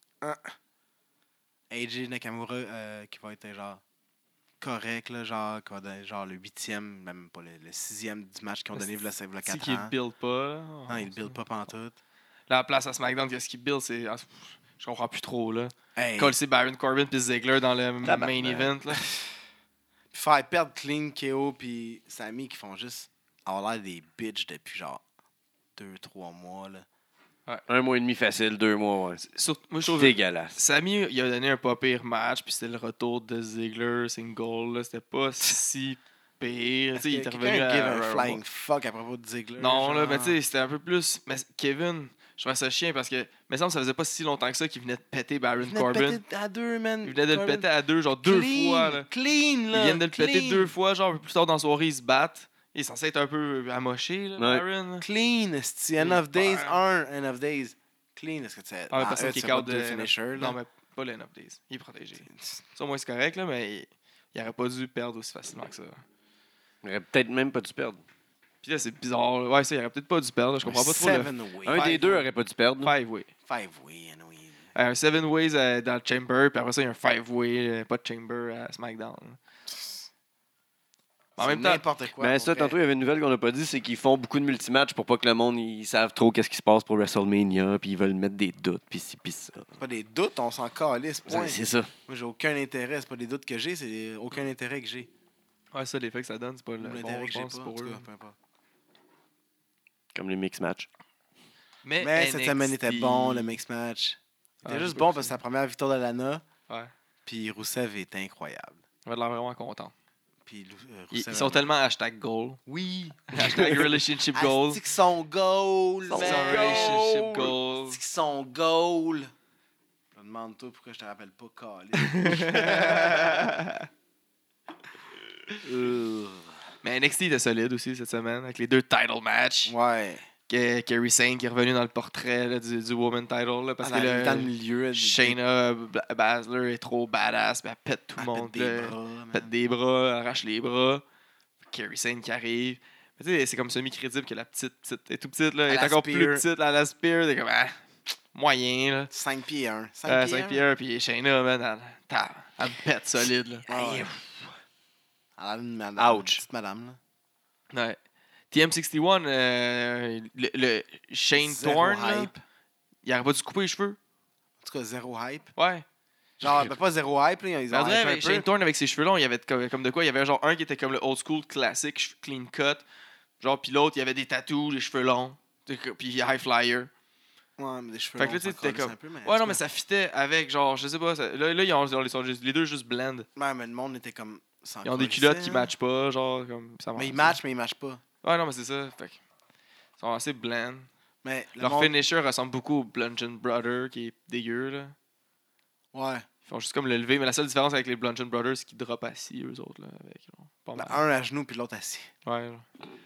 AJ Nakamura qui va être genre correct, là, genre, qui va donner, genre le 8e, même pas le 6e du match qu'ils ont donné il y a C'est 4 qu'il ans. build pas. Là. Non, il build pas pantoute. La place à SmackDown, qu'est-ce qu'il build? C'est... Je comprends plus trop. Là. Hey, Coller Baron Corbin puis Ziggler dans le main event. Là. Puis faire perdre Clean, KO puis Sami qui font juste avoir l'air des bitches depuis genre 2-3 mois. Là. 1 mois et demi facile, 2 mois, ouais. Moi, je trouve Dégueulasse. Sami, il a donné un pas pire match, puis c'était le retour de Ziggler, single. Là. C'était pas si pire. Tu sais, il était revenu Quelqu'un give à un Rumble. flying fuck à propos de Ziggler. Non, là, genre. mais tu sais, c'était un peu plus. Mais Kevin, je trouvais ça chien parce que, me semble, ça faisait pas si longtemps que ça qu'il venait de péter Baron Il venait de Corbin. péter à 2, man. Il venait de le Corbin. péter à 2, genre 2 Clean, fois. Là. Clean, là. Ils viennent de le péter clean. 2 fois, genre un peu plus tard dans la soirée, ils se battent. Il est censé être un peu amoché, là, Ouais. Baron. Clean, esti. End of days, Ouais. End of days. Clean, est-ce que tu sais. Ah, mais personne qui est out de de. finisher, là. Non, mais pas le end of days. Il est protégé. Ça, au moins, c'est correct, là, mais il aurait pas dû perdre aussi facilement que ça. Il aurait peut-être même pas dû perdre. Puis là, c'est bizarre. Là. Ouais, ça, il aurait peut-être pas dû perdre. Je comprends pas trop le 7-way. Un des deux aurait pas dû perdre. 5-way. 5-way, anyway. Un 7-ways dans le Chamber, puis après ça, il y a un 5-way, pas de Chamber à SmackDown. En C'est même temps, n'importe quoi. Mais pour ça, vrai. tantôt, il y avait une nouvelle qu'on n'a pas dit, c'est qu'ils font beaucoup de multimatchs pour pas que le monde ils savent trop qu'est-ce qui se passe pour WrestleMania, puis ils veulent mettre des doutes, puis ci, puis ça. C'est pas des doutes, on s'en calisse, point. C'est ça. Moi, j'ai aucun intérêt. C'est pas des doutes que j'ai, c'est aucun intérêt que j'ai. ouais, ça, l'effet que ça donne, c'est pas Ou le l'intérêt bon, que je j'ai pense, pas. pour En tout eux. cas, peu importe. Comme les mix matchs. Mais cette NXT, semaine était bon, le mix match. Il était j'ai juste pas bon vu parce que ça. c'est la première victoire de Lana. Ouais. Puis Rousseff est incroyable. On va l'air vraiment content. Puis Ils Rousseff sont tellement hashtag goal. Oui. Hashtag relationship goal. Asti qu'ils sont goal, Son C'est un man. relationship goal. Asti qu'ils sont goal. Je me demande toi pourquoi je te rappelle pas Cali. Mais NXT était solide aussi cette semaine, avec les 2 title matchs. Ouais. Kerry Sane qui est revenu dans le portrait là, du Woman Title. Là, parce Elle arrive dans le que milieu. elle- Shayna Baszler est trop badass, puis elle pète tout le elle monde. pète des là. bras, man. Pète des bras, elle arrache les bras. Kerry Sane qui arrive. Tu sais, c'est comme semi-crédible que la petite elle est tout petite, là. Elle est la encore Spear. plus petite, la Spear. C'est comme, moyen, là. 5 pieds 1. 5 pieds 1, puis Shayna, man, elle me pète solide, là. Ah ouais. Elle a une madame. Ouch. Une petite madame, là. Ouais. TM61, le Shane Zéro Thorne, là, hype. il aurait pas dû couper les cheveux. En tout cas, zéro hype. Ouais. Genre, ben pas zéro hype, là. Ils Mais on ont dirait, hypé un avec Shane peu. Thorne, avec ses cheveux longs, il y avait comme de quoi. Il y avait genre un qui était comme le old school classique, clean cut. Genre, puis l'autre, il y avait des tattoos, des cheveux longs. Puis high flyer. Ouais, mais des cheveux Fait que longs, là, tu sais, ça t'étais colle comme. un peu, mais en Ouais, tout non, mais cas. ça fitait avec, genre, je sais pas. Là, ils sont les deux juste blend. Ouais, mais le monde était comme... sans Ils ont des coller, culottes ça, qui hein. matchent pas, genre, comme ça Mais ils marche. matchent pas. Ouais, non, mais c'est ça. Fait que. Ils sont assez blend. Mais le Leur monde... finisher ressemble beaucoup au Bludgeon Brother, qui est dégueu, là. Ouais. Ils font juste comme le lever, mais la seule différence avec les Bludgeon Brothers, c'est qu'ils drop assis, eux autres, là. Avec, genre, pas Ben, mal. un à genoux, puis l'autre assis. Ouais, genre.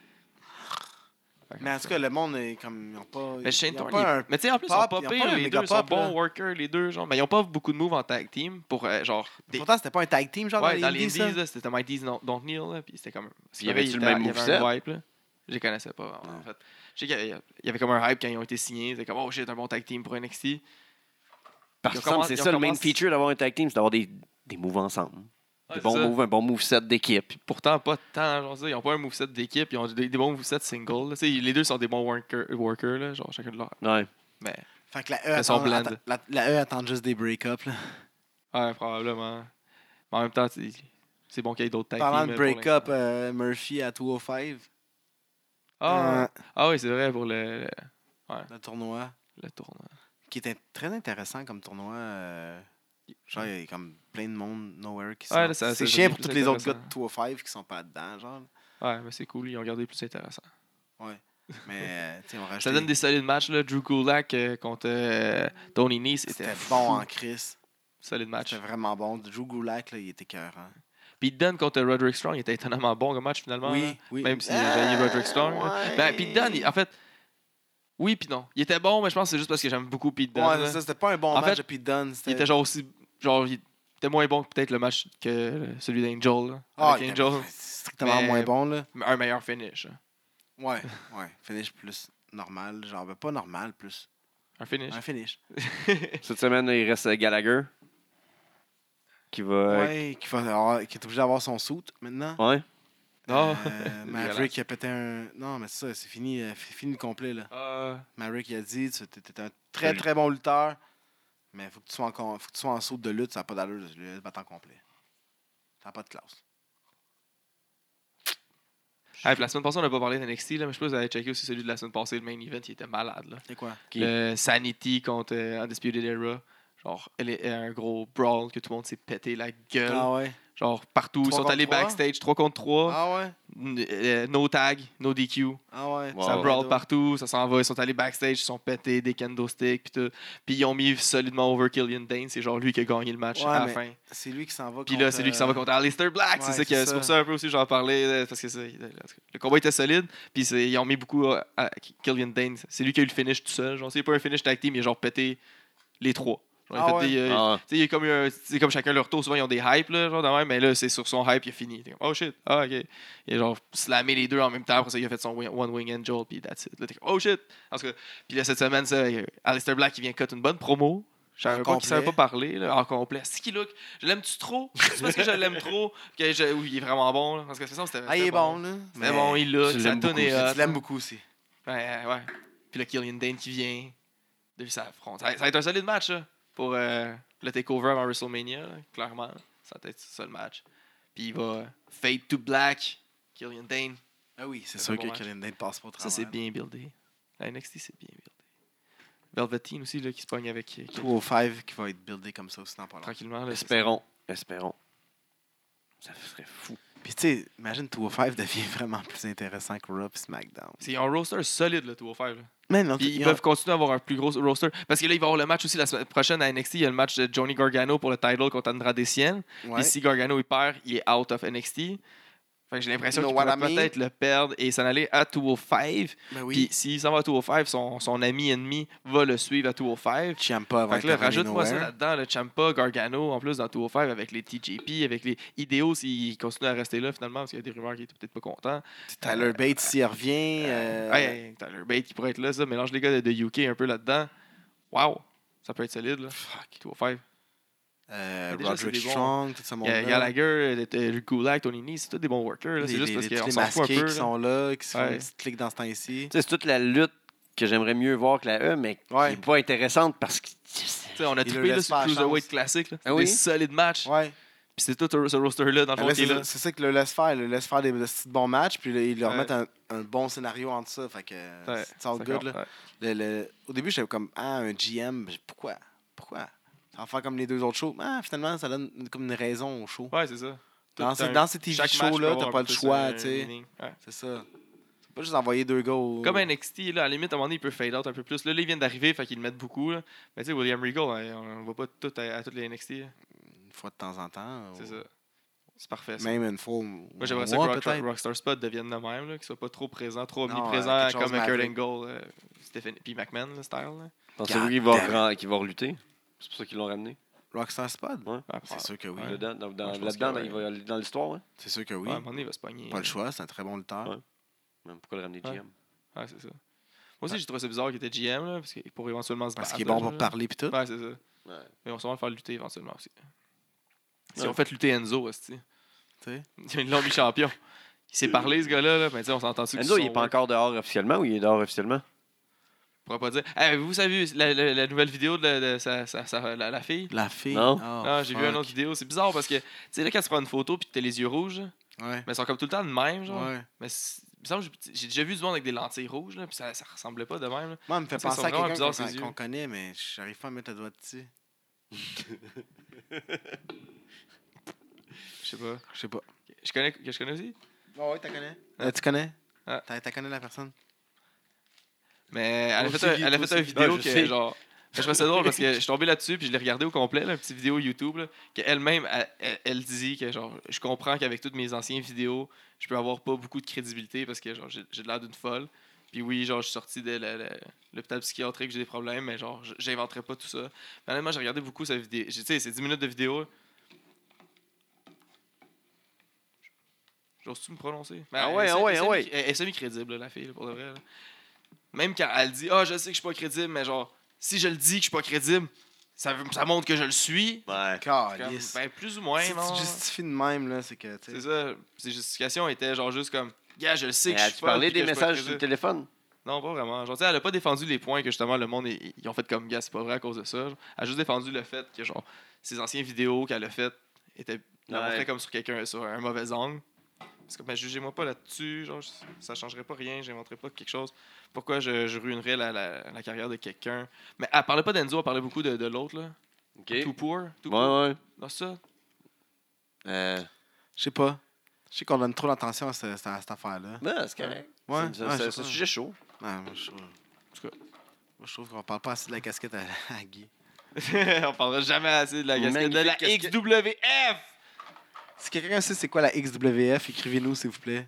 Fait que Mais en tout cas, le monde est comme... Ils ont pas... mais Shane ils ont Thorne, pas un... mais tu sais, en plus, ils sont pop, pas ils ont pires, pas un les méga deux, ils sont pop, là. bons workers, les deux, genre. Mais ils ont pas beaucoup de moves en tag team pour, genre. Pourtant, c'était pas un tag team, genre, Ouais, dans dans les les indies, ça? Indies, là, c'était Mighty's Don't Kneel, là, puis c'était comme. Parce Puis y avait-tu le même il y avait moveset? un hype, là. Je les connaissais pas, vraiment, en fait. Je sais qu'il y avait comme un hype quand ils ont été signés. C'était comme, oh shit, un bon tag team pour NXT. Parce Ils ont que commencé- c'est ils ont ça le main commencé- feature d'avoir un tag team, c'est d'avoir des moves ensemble. Ouais, Des c'est bons ça. moves, un bon moveset d'équipe. Pourtant, pas tant, genre ça. Ils ont pas un moveset d'équipe, ils ont des bons movesets single. Là. Tu sais, les deux sont des bons workers, là, genre chacun de leur. Ouais. Mais, Fait que la E Ils sont attend... blend. La E attend juste des break-ups, là. ouais, probablement. Mais en même temps, c'est bon qu'il y ait d'autres tag Parlant teams, de pour break-up, l'instant. Murphy à 205. Ah oui, c'est vrai, pour le Le tournoi. tournoi. Qui était très intéressant comme tournoi. Genre, il y a comme plein de monde nowhere qui sont. Ouais, là, ça c'est devient chiant pour plus tous les autres gars intéressant. de 205 qui sont pas dedans, genre. Ouais, mais c'est cool, ils ont gardé plus intéressant. Ouais. Mais, tu sais, on rajouté... Ça donne des solides matchs, là. Drew Gulak contre Tony Nese. C'était fou. bon en Chris. Solide match. C'était vraiment bon. Drew Gulak, là, il était cœurant. Pete Dunne contre Roderick Strong, il était étonnamment bon comme match finalement. Oui, là. oui. Même s'il a gagné Roderick Strong. là. ouais. Ben, Pete Dunne, en fait, oui puis non. Il était bon, mais je pense que c'est juste parce que j'aime beaucoup Pete Dunne. Ouais, là. c'est ça, c'était pas un bon En match fait, de Pete Dunne. Il était genre aussi. Genre, il était moins bon que peut-être le match que celui d'Angel. là, Ah, avec il Angel. était strictement Mais- moins bon, là. Mais un meilleur finish. là. Ouais, ouais. Finish plus normal. Genre, ben, pas normal, plus. Un finish. Un finish. Cette semaine, il reste Gallagher. Qui va. Ouais, qui est obligé d'avoir son suit maintenant. Ouais. Non. Maverick a pété un. Non, mais c'est ça, c'est fini, fini le complet, là. Maverick il a dit tu es un très très bon lutteur, mais faut que tu sois en saut de lutte, ça n'a pas d'allure de se battre en complet. Ça n'a pas de classe. Hey, puis la semaine passée, on n'a pas parlé d'NXT, là, mais je sais pas si vous avez checké aussi celui de la semaine passée, le main event, il était malade. Là. C'est quoi? Qui? Le Sanity contre Undisputed Era. Genre, elle est un gros brawl que tout le monde s'est pété la gueule. Ah ouais? Genre, partout. Ils 3 sont contre allés 3? backstage 3 contre 3. Ah ouais? No tag, no DQ. Ah ouais? Wow. Ça Ouais, brawl partout, ça s'en va. Ils sont allés backstage, ils sont pétés des kendo sticks. Puis tout. Puis ils ont mis solidement over Killian Dane. C'est genre lui qui a gagné le match Ouais, à la mais fin. C'est lui qui s'en va Puis là, c'est lui qui s'en va contre Aleister Black. ouais, c'est c'est c'est ça. pour ça un peu aussi j'en parlais. Parce que le combat était solide. Puis ils ont mis beaucoup à Killian Dane. C'est lui qui a eu le finish tout seul. Genre, c'est pas un finish tag team, il a genre pété les trois. Genre, Ah il a fait ouais? des, Ah. tu sais, il y a comme c'est comme chacun leur tour. Souvent, ils ont des hypes, là, genre de même, mais là, c'est sur son hype, il a fini. T'es comme, oh shit, ah ok. Il a genre slammé les deux en même temps. Après ça, il a fait son One Wing Angel, puis that's it. Là, t'es comme, oh shit. Parce que, puis là, cette semaine, ça, Aleister Black, il vient cut une bonne promo. Je savais pas qu'il savait pas parler, là, en complet. C'est qui, look? Je l'aime-tu trop? C'est parce que je l'aime trop. Oui, il est vraiment bon. Là, parce que de toute façon, c'était. Ah, il est bon, là. C'était bon, il look, tu ça l'aimes tonne beaucoup, hot. Tu l'aimes beaucoup aussi. Ouais. Puis le Killian Dane qui vient. Depuis sa front. Ça va être un solide match, là, pour le takeover avant WrestleMania, là, clairement. Ça va être ça le match. Puis il va fade to black. Killian Dane. Ah oui, c'est C'est sûr un que bon match. Killian Dane passe pas au Ça, travers. c'est bien buildé. La NXT, c'est bien buildé. Velveteen aussi, là, qui se pogne avec. 205 qui va être buildé comme ça aussi dans pas longtemps. Tranquillement. Là, Espérons. Ça serait fou. Puis tu sais, imagine 205 devient vraiment plus intéressant que Raw et SmackDown. C'est un roster solide, le 205. Là. Mais non, Puis ils peuvent continuer à avoir un plus gros roster. Parce que là, il va y avoir le match aussi la semaine prochaine à NXT. Il y a le match de Johnny Gargano pour le title contre Andrade Cien. Ouais. Puis si Gargano il perd, il est out of NXT. Fait que j'ai l'impression You qu'il know what pourrait I mean? peut-être le perdre et s'en aller à 205. Ben Puis oui. s'il s'en va à 205, son ami ennemi va le suivre à 205. Ciampa va Fait que là, être running rajoute-moi ça nowhere. là-dedans, le Ciampa, Gargano, en plus dans 205 avec les TJP, avec les idéaux s'ils continuent à rester là finalement, parce qu'il y a des rumeurs qui étaient peut-être pas contents. Tyler Bates, s'il revient. Ouais, Tyler Bate qui pourrait être là, ça mélange les gars de UK un peu là-dedans. Wow, ça peut être solide là. Fuck. 205. déjà, c'est Roderick des bons. Strong, tout ce monde-là. Gallagher, Gulak, Tony Nese, c'est tous des bons workers. Là. C'est juste parce tous qu'on les s'en fout un masqués peu. qui Là. sont là, qui se font Ouais. une petite clique dans ce temps-ci. C'est toute la lutte que j'aimerais mieux voir que la E, mais qui Ouais. n'est pas intéressante parce que. T'sais, on a Il trippé leur là, laisse sur pas le la Cruiserweight chance. classique. Là. Ah oui? Des solides matchs. Ouais. Puis c'est tout ce roster-là, dans le Ben fond, là, qui est là. c'est ça qu'ils le laissent faire. Ils le laissent faire des petits bons matchs, puis là, ils leur Ouais. mettent un bon scénario entre ça. Fait que Ouais, c'est all good. Là. ouais. Au début, j'étais comme, un GM, pourquoi? Ça va faire comme les deux autres shows. Finalement, ça donne comme une raison au show. Ouais, c'est ça. Dans ces TV chaque match shows-là, peut t'as avoir pas un le peu choix, un tu sais. meaning. Ouais. C'est ça. C'est pas juste envoyer deux gars au... Comme NXT, là, à la limite, à un moment donné, il peut fade out un peu plus. Là, ils viennent d'arriver, fait qu'ils le mettent beaucoup. Là. Mais tu sais, William Regal, on ne voit pas tout à toutes les NXT. Là. Une fois de temps en temps. C'est ça. C'est parfait. Ça. Même une fois. Moi, j'aimerais ça que Rockstar Spot devienne de même, là, qu'il soit pas trop présent, trop Non, omniprésent quelque chose comme Kurt Maverick. Angle, Stephanie, puis McMahon, le style. Là. Pensez-vous qu'il va relutter? C'est pour ça qu'ils l'ont ramené. Rockstar Spot? Ouais. C'est sûr que oui. Ouais. Dedans, je pense là-dedans, que il va aller dans l'histoire. Hein? C'est sûr que oui. Ouais, à un moment donné, il va se pogner. Pas le choix, c'est un très bon lutteur. Ouais. Même pourquoi le ramener Ouais. GM? Ouais, c'est ça. Moi aussi, j'ai trouvé ça bizarre qu'il était GM, là, parce que pour éventuellement se battre. Parce qu'il est bon là, pour parler pis tout. Ouais, c'est ça. Ouais. Mais on va sûrement le faire lutter éventuellement aussi. Si Ouais. on fait lutter Enzo, aussi. Tu sais. Ils l'ont mis champion. Il s'est parlé, ce gars-là. Là. Ben, on s'entend dessus. Enzo, il n'est pas encore dehors officiellement ou il est dehors officiellement? On pourrait pas dire. Hey, vous savez la nouvelle vidéo de la fille? La fille. Non. Oh, Ah, j'ai vu une fuck. autre vidéo. C'est bizarre parce que, tu sais, là, quand tu prends une photo puis que t'as les yeux rouges, là, Ouais. mais ils sont comme tout le temps de même, genre. Ouais. Mais il me semble que j'ai déjà vu du monde avec des lentilles rouges, là, puis ça ressemblait pas de même. Là. Moi, ça me fait Ça, penser sont à vraiment quelqu'un bizarres, ses yeux. qu'on connaît, mais j'arrive pas à mettre le doigt dessus. Je sais pas. Je sais pas. Je connais aussi. Ouais, tu connais? Tu connais? Ah. Tu connais la personne? Mais elle a Toi fait aussi, une toi vidéo aussi. Ouais, je que, sais. genre. Je trouvais ça drôle parce que je suis tombé là-dessus puis je l'ai regardé au complet, là, une petite vidéo YouTube, là, qu'elle-même, elle dit que genre, je comprends qu'avec toutes mes anciennes vidéos, je peux avoir pas beaucoup de crédibilité parce que genre, j'ai l'air d'une folle. Puis oui, genre, je suis sorti de l'hôpital psychiatrique, j'ai des problèmes, mais genre, j'inventerais pas tout ça. Mais honnêtement, j'ai regardé beaucoup sa vidéo. Tu sais, c'est 10 minutes de vidéo. Là. J'ose-tu me prononcer? Ben, Ah ouais, Elle est semi-crédible, là, la fille, là, pour de vrai. Là. Même quand elle dit « Ah, je sais que je suis pas crédible, mais genre, si je le dis que je suis pas crédible, ça montre que je le suis. Ouais. » Comme, Calice. ben, plus ou moins, Si non? tu justifies de même, là, c'est que, tu C'est sais... ça. Ses justifications étaient genre juste comme « Gars, je le sais que je suis As-tu folle, parlé puis des que je suis pas messages sur le crédible. téléphone? Non, pas vraiment. Genre, tu sais, elle a pas défendu les points que justement le monde ils ont fait comme gars, c'est pas vrai à cause de ça. Genre. Elle a juste défendu le fait que genre ses anciennes vidéos qu'elle a faites étaient la Ouais. montraient comme sur quelqu'un sur un mauvais angle. Parce que ben jugez-moi pas là-dessus, genre ça changerait pas rien, j'inventerais pas quelque chose. Pourquoi je ruinerais la carrière de quelqu'un? Mais elle parlait pas d'Enzo, elle parlait beaucoup de l'autre là. OK. Too Poor. Ouais. Non, ça. Je sais pas. Je sais qu'on donne trop d'attention à cette affaire-là. Ben, c'est correct. Ouais, C'est ouais, un je sais pas. sujet chaud. Ouais, moi, je trouve qu'on parle pas assez de la casquette à Guy. On parlera jamais assez de la casquette de la Magnifique casquette. XWF! Si quelqu'un sait c'est quoi la XWF, écrivez-nous, s'il vous plaît.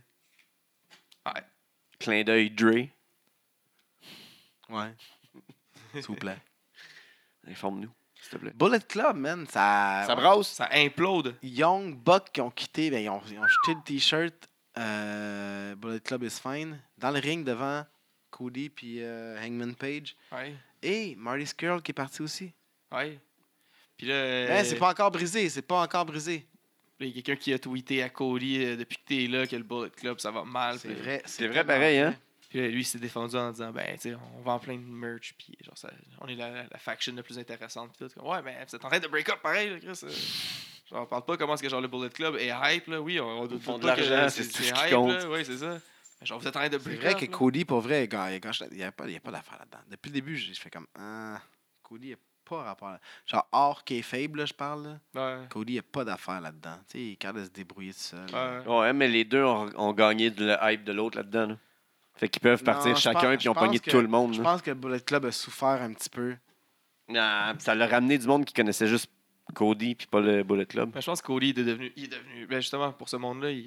Clin d'œil Dre. Ouais. S'il vous plaît. Informe-nous, s'il te plaît. Bullet Club, man, ça... Ça brasse? Ça implode. Young Bucks qui ont quitté, ben, ils ont jeté le t-shirt Bullet Club is fine dans le ring devant Cody puis Hangman Page. Ouais. Et Marty Scurll qui est parti aussi. Ouais. Puis là. Mais c'est pas encore brisé, Il y a quelqu'un qui a tweeté à Cody depuis que t'es là que le Bullet Club ça va mal. C'est Puis- vrai. C'est vrai pareil, hein? Puis là, lui il s'est défendu en disant ben tu sais on vend plein de merch puis genre ça, on est la faction la plus intéressante puis tout. Comme, ouais mais vous êtes en train de break up pareil là, Chris. Genre on parle pas comment est-ce que genre le Bullet Club est hype là. Oui on doute font de pas que l'argent, c'est tout ce qui hype compte. là. Oui c'est ça. Mais genre vous êtes en train de C'est break vrai up. que là. Cody, pour vrai, il n'y a pas d'affaire là-dedans. Depuis le début, je fais comme Cody n'a pas rapport. Genre hors kayfabe, là, je parle. Là. Ouais. Cody n'a pas d'affaire là-dedans. Tu sais, il est capable de se débrouiller tout seul. Ouais. Ouais, mais les deux ont gagné de le hype de l'autre là-dedans. Là. Fait qu'ils peuvent partir Non, je chacun pense- puis ils ont je pense pogné que- tout le monde. Je là. pense que le Bullet Club a souffert un petit peu. Ah, ça l'a ramené du monde qui connaissait juste Cody puis pas le Bullet Club. Ben, je pense que Cody il est devenu ben justement pour ce monde là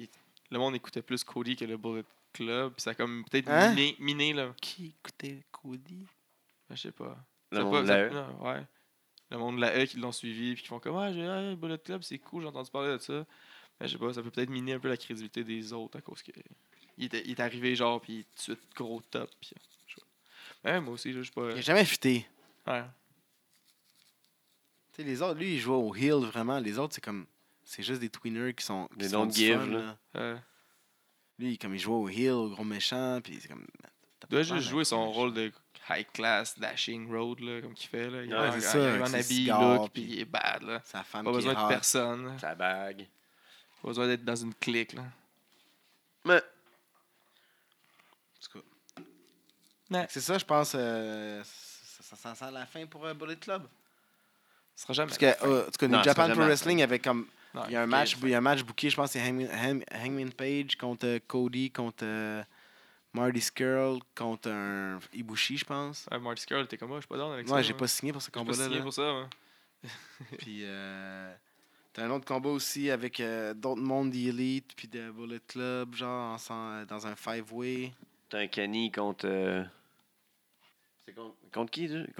le monde écoutait plus Cody que le Bullet Club. Puis ça a comme peut-être Hein? miné là. Qui écoutait Cody? Je sais pas. Le C'est monde pas- de la E. non, ouais. Le monde de la E qui l'ont suivi puis qui font comme Bullet Club, c'est cool, j'ai entendu parler de ça. Mais je sais pas, ça peut peut-être miner un peu la crédibilité des autres à cause que il est arrivé genre puis tout de suite gros top. Puis, je sais pas. Ouais, moi aussi, je sais pas. Il a jamais fité. Ouais. Tu sais, les autres, lui, il jouait au heel vraiment. Les autres, c'est comme. C'est juste des tweeners qui sont. Des Qui sont don't du give, fun, là. là. Lui, comme il jouait au heel, au gros méchant, puis c'est comme. Il doit juste jouer son rôle de high class dashing road là, comme qu'il fait là. Il Ouais, a c'est il ça, a avec un ses habit cigares, look puis puis il est bad là. Sa femme Pas qui besoin est de hot. personne. Là. Sa bague. Pas besoin d'être dans une clique là. Mais, En tout cas. Ouais. C'est ça, je pense. Ça sent la fin pour Bullet Club. Ce sera jamais. Parce que, en tout cas, Non, New ça Japan sera Pro jamais. Wrestling avait comme. Non, Il y a un match booké, je pense, c'est Hangman Page contre Cody, contre Marty Skrull, contre un Ibushi, je pense. Marty Skrull était comme moi, je suis pas dans avec ça. Ouais, j'ai moi. pas signé pour ce J'ai pas combat-là. signé là. pour ça. Ouais. Puis, t'as un autre combat aussi avec d'autres mondes d'Elite, puis de Bullet Club, genre dans un 5-way. t'as un Kenny contre. C'est contre qui, là?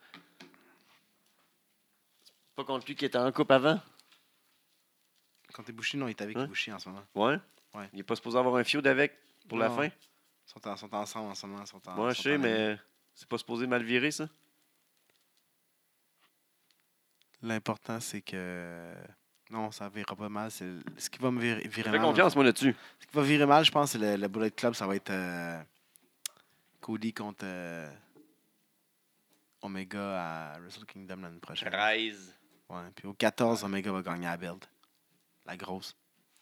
C'est pas contre lui qui était en couple avant? Contre Ibushi, non, il est avec Hein? Ibushi en ce moment. Ouais? Ouais. Il est pas supposé avoir un feud avec pour la Non. fin? Ils sont ensemble en ce moment. Moi, je sais, mais c'est pas supposé mal virer, ça? L'important, c'est que. Non, ça virera pas mal. Ce qui va me virer Fais mal. confiance, moi, là-dessus. Ce qui va virer mal, je pense, c'est le Bullet Club. Ça va être Cody contre Omega à Wrestle Kingdom l'année prochaine. 13. Ouais. Puis au 14, Omega va gagner la build. La grosse.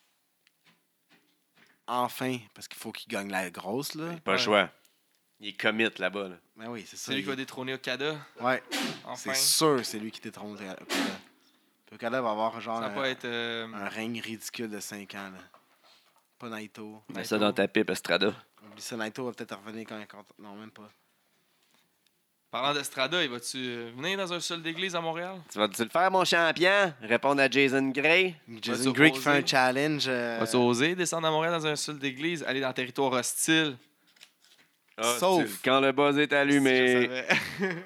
Enfin, parce qu'il faut qu'il gagne la grosse, là. Pas le Ouais. choix. Il est commit là-bas. Là. Ben oui, c'est ça. C'est lui qui va détrôner Okada. Ouais, Enfin. c'est sûr, c'est lui qui détrône Okada. Puis Okada va avoir genre Ça va pas être. un règne ridicule de 5 ans, là. Pas Naito. Mets ça dans ta pipe, Estrada. Oublie ça, Naito va peut-être revenir quand. Non, même pas. Parlant d'Estrada, il va-tu venir dans un sol d'église à Montréal? Tu vas-tu le faire, mon champion? Répondre à Jason Gray? Jason Va-tu Gray qui fait oser? un challenge. Vas-tu oser descendre à Montréal dans un sol d'église, aller dans le territoire hostile? Sauf. Quand le buzz est Si allumé. je savais.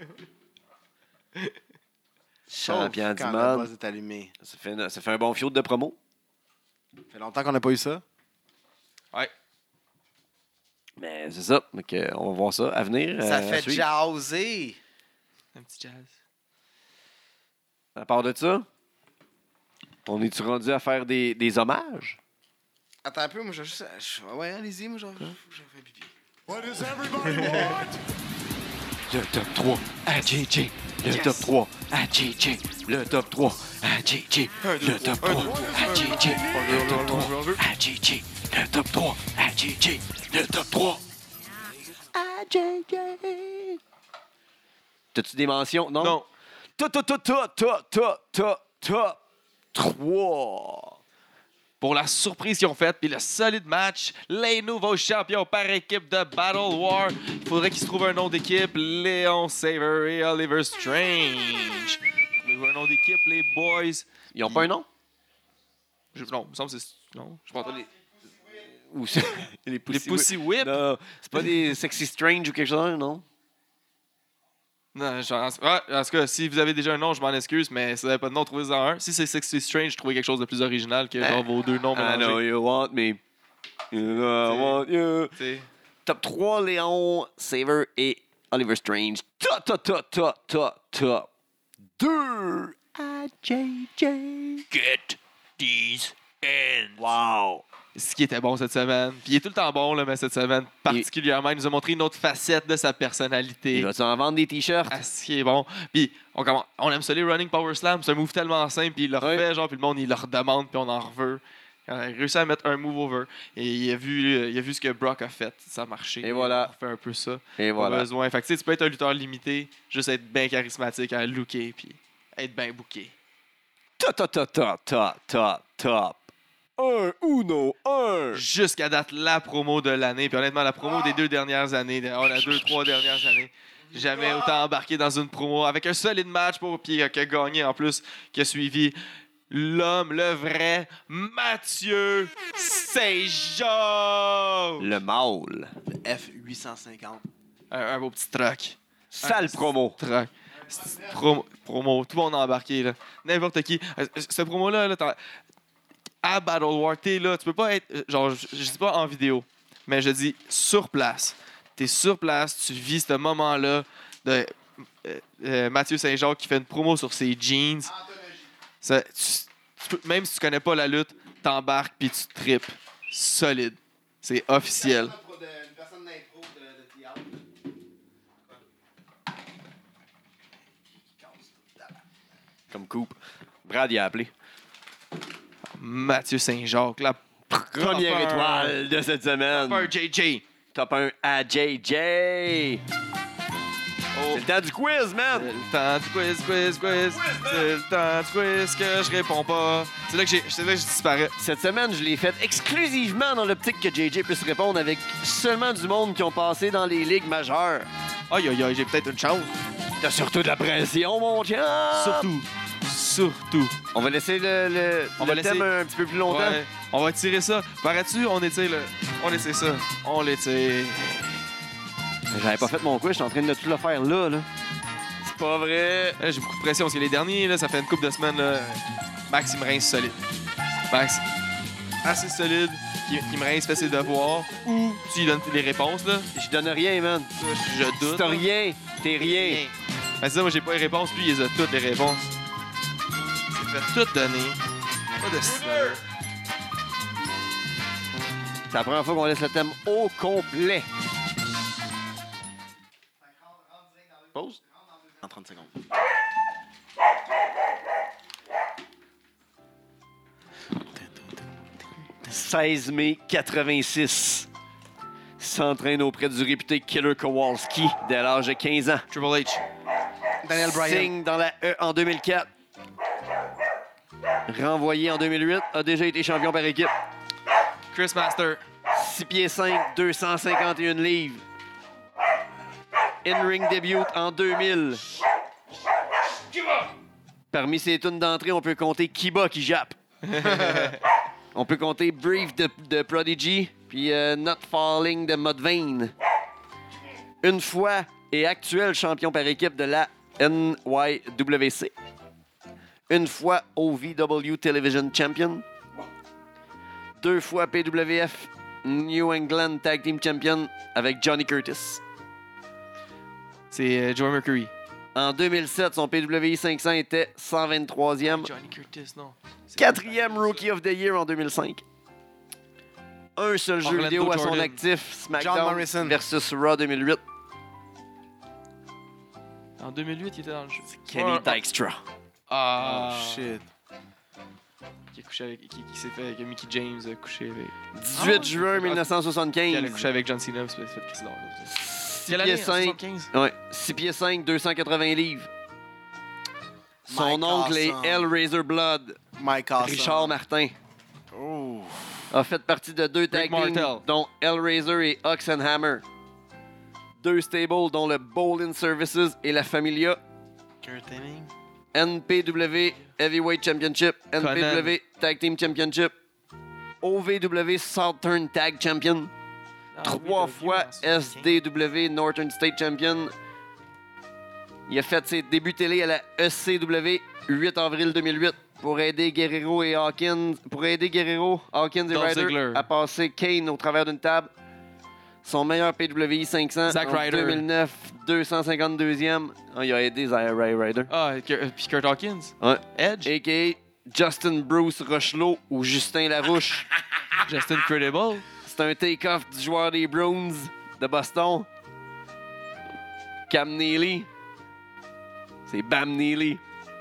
Champion Sauf du quand le monde. buzz est allumé. Ça fait un bon field de promo. Ça fait longtemps qu'on n'a pas eu ça. Ouais. Mais c'est ça. Donc, on va voir ça à venir. Ça à fait suivre. jaser. Un petit jazz. À part de ça, on est-tu rendu à faire des hommages? Attends un peu, moi, je vais juste. Ouais, allez-y, moi, je vais faire pipi. What does everybody want? Le top 3 à JJ. Le top 3 à JJ. Le top 3 à JJ. Le top 3 à JJ. Le top 3 à JJ. Le top 3 à JJ. Le top 3 à JJ. T'as-tu des mentions? Non? Non. Top 3. Pour la surprise qu'ils ont faite, puis le solide match, les nouveaux champions par équipe de Battle War. Il faudrait qu'ils se trouvent un nom d'équipe, Léon Saver et Oliver Strange. Trouvez un nom d'équipe, les boys. Ils ont pas un nom? Non, il me semble que c'est... Non, je pense pas. Ou les Les Pussy Whip. Non, c'est pas des Sexy Strange ou quelque chose, non? Non, en tout cas, si vous avez déjà un nom, je m'en excuse, mais si vous n'avez pas de nom, trouvez-en un. Si c'est Sexy Strange, trouvez quelque chose de plus original que genre vos deux noms I know mélangés. you want me. You know I want you. T'sais. Top 3, Léon, Saver et Oliver Strange. Top 2 à JJ. Get these ends. Wow. Ce qui était bon cette semaine. Puis il est tout le temps bon, là, mais cette semaine particulièrement, il nous a montré une autre facette de sa personnalité. Il va-tu en vendre des t-shirts? Ah, ce qui est bon. Puis on aime ça les running power slam, c'est un move tellement simple, puis il le refait, genre, puis le monde il le redemande, puis on en reveut. Il a réussi à mettre un move over. Et il a vu ce que Brock a fait. Ça a marché. Et voilà. On fait un peu ça. Et Pas voilà. besoin. Fait que, tu sais, tu peux être un lutteur limité, juste être bien charismatique, à looker, puis être bien booké. Top. 1. Jusqu'à date, la promo de l'année. Puis honnêtement, la promo des 2 dernières années, on a 2-3 dernières années. Jamais autant embarqué dans une promo avec un solide match pour puis qui a gagné en plus, qui a suivi l'homme, le vrai Mathieu Saint-Jean! Le mâle. Le F850. Un beau petit truck. Sale promo. Truck. Promo. Tout le monde a embarqué, là. N'importe qui. Ce promo-là, là, à Battle War, t'es là. Tu peux pas être. Genre, je dis pas en vidéo, mais je dis sur place. T'es sur place, tu vis ce moment-là de Mathieu Saint-Jean qui fait une promo sur ses jeans. Ça, même si tu connais pas la lutte, t'embarques puis tu tripes. Solide. C'est officiel. Une personne d'intro de théâtre. Comme coupe. Brad y a appelé. Mathieu Saint-Jacques, la Première étoile de cette semaine. Top 1 JJ. Top 1 à JJ. Oh. C'est le temps du quiz, man. C'est le temps du quiz. C'est le temps du quiz que je réponds pas. C'est là que je disparais. Cette semaine, je l'ai faite exclusivement dans l'optique que JJ puisse répondre avec seulement du monde qui ont passé dans les ligues majeures. Aïe, j'ai peut-être une chance. T'as surtout de la pression, mon chien. Surtout. On va laisser le thème un petit peu plus longtemps. Ouais. On va étirer ça. Parais-tu, on étire ça. On l'étire. J'avais pas fait mon quiz, je suis en train de tout le faire là. C'est pas vrai. Là, j'ai beaucoup de pression parce que les derniers, là, ça fait une couple de semaines. Là, Max, il me rince solide. Max, assez solide, qui me rince, fait ses devoirs. Ou tu lui donnes les réponses. Là. Je donne rien, man. Je doute. Si t'as rien, t'es rien. Ben, c'est ça, moi, j'ai pas les réponses. Lui, il les a toutes les réponses. C'est fait tout donner. Pas de snare. C'est la première fois qu'on laisse le thème au complet. Pause. En 30 secondes. « 16 mai 86. S'entraîne auprès du réputé Killer Kowalski dès l'âge de 15 ans. Triple H. Daniel Bryan. Signe dans la E en 2004. Renvoyé en 2008, a déjà été champion par équipe. Chris Master. 6 pieds 5, 251 livres. In-ring debut en 2000. Parmi ses tunes d'entrée, on peut compter Kiba qui jappe. On peut compter Brief de Prodigy, puis Not Falling de Mudvayne. Une fois et actuel champion par équipe de la NYWC. Une fois OVW Television Champion. 2 fois PWF New England Tag Team Champion avec Johnny Curtis. C'est Joey Mercury. En 2007, son PWI 500 était 123e. Johnny Curtis, non. 4e Rookie of the Year en 2005. Un seul jeu Orlando vidéo à son Jordan. actif, John SmackDown Morrison. versus Raw 2008. En 2008, il était dans le jeu. Kenny Dykstra. Ah, Shit. Qui a couché avec. Qui s'est fait avec Mickey James, a couché avec. 18 juin Qui 1975. a couché avec John Cena, puis s'est fait kisser dans le 6 Quelle pieds année? 5. 75? Ouais, 6 pieds 5, 280 livres. Son Mike oncle est Awesome. Hellraiser Blood, Mike Awesome. Richard Martin. Oh. A fait partie de 2 tag teams, Martel. dont Hellraiser et Oxenhammer. 2 stables, dont le Bowling Services et la Familia. Kurt Hennig. NPW Heavyweight Championship, NPW Tag Team Championship, OVW Southern Tag Champion, 3 fois SDW Northern State Champion. Il a fait ses débuts télé à la ECW 8 avril 2008 pour aider Guerrero, Hawkins et Dolph Ryder Ziggler. à passer Kane au travers d'une table. Son meilleur PWI 500 Zack en Ryder. 2009, 252e. Ah, il a aidé Ryder. Ah, puis Kurt Hawkins. Ouais. Edge. A.K.A. Justin Bruce Rochelot ou Justin Larouche. Justin Credible. C'est un take-off du joueur des Bruins de Boston. Cam Neely. C'est Bam Neely.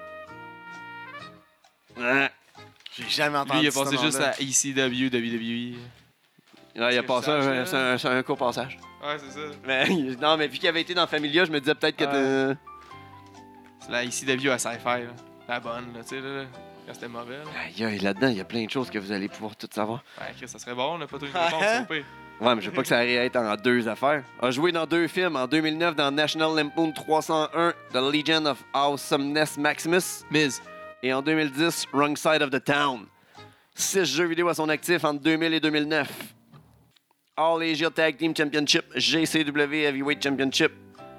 Ouais. J'ai jamais entendu Lui, il a ce passé juste nom-là. à ECW, WWE. Ouais, il a passé c'est un court passage. Ouais, c'est ça. Mais, non, mais vu qu'il avait été dans Familia, je me disais peut-être que... Ouais. C'est la ECW à Sci-Fi, là. La bonne, là, tu sais, là. Quand c'était mauvais, là. Aïe, là-dedans, il y a plein de choses que vous allez pouvoir tout savoir. Ouais, Chris, ça serait bon, on n'a pas toujours une réponse, c'est pire. Ouais, mais je veux pas que ça aille être en 2 affaires. A joué dans 2 films. En 2009, dans National Lampoon 301, The Legion of Awesomeness Maximus. Miz. Et en 2010, Wrong Side of the Town. 6 jeux vidéo à son actif entre 2000 et 2009. All Asia Tag Team Championship, GCW Heavyweight Championship.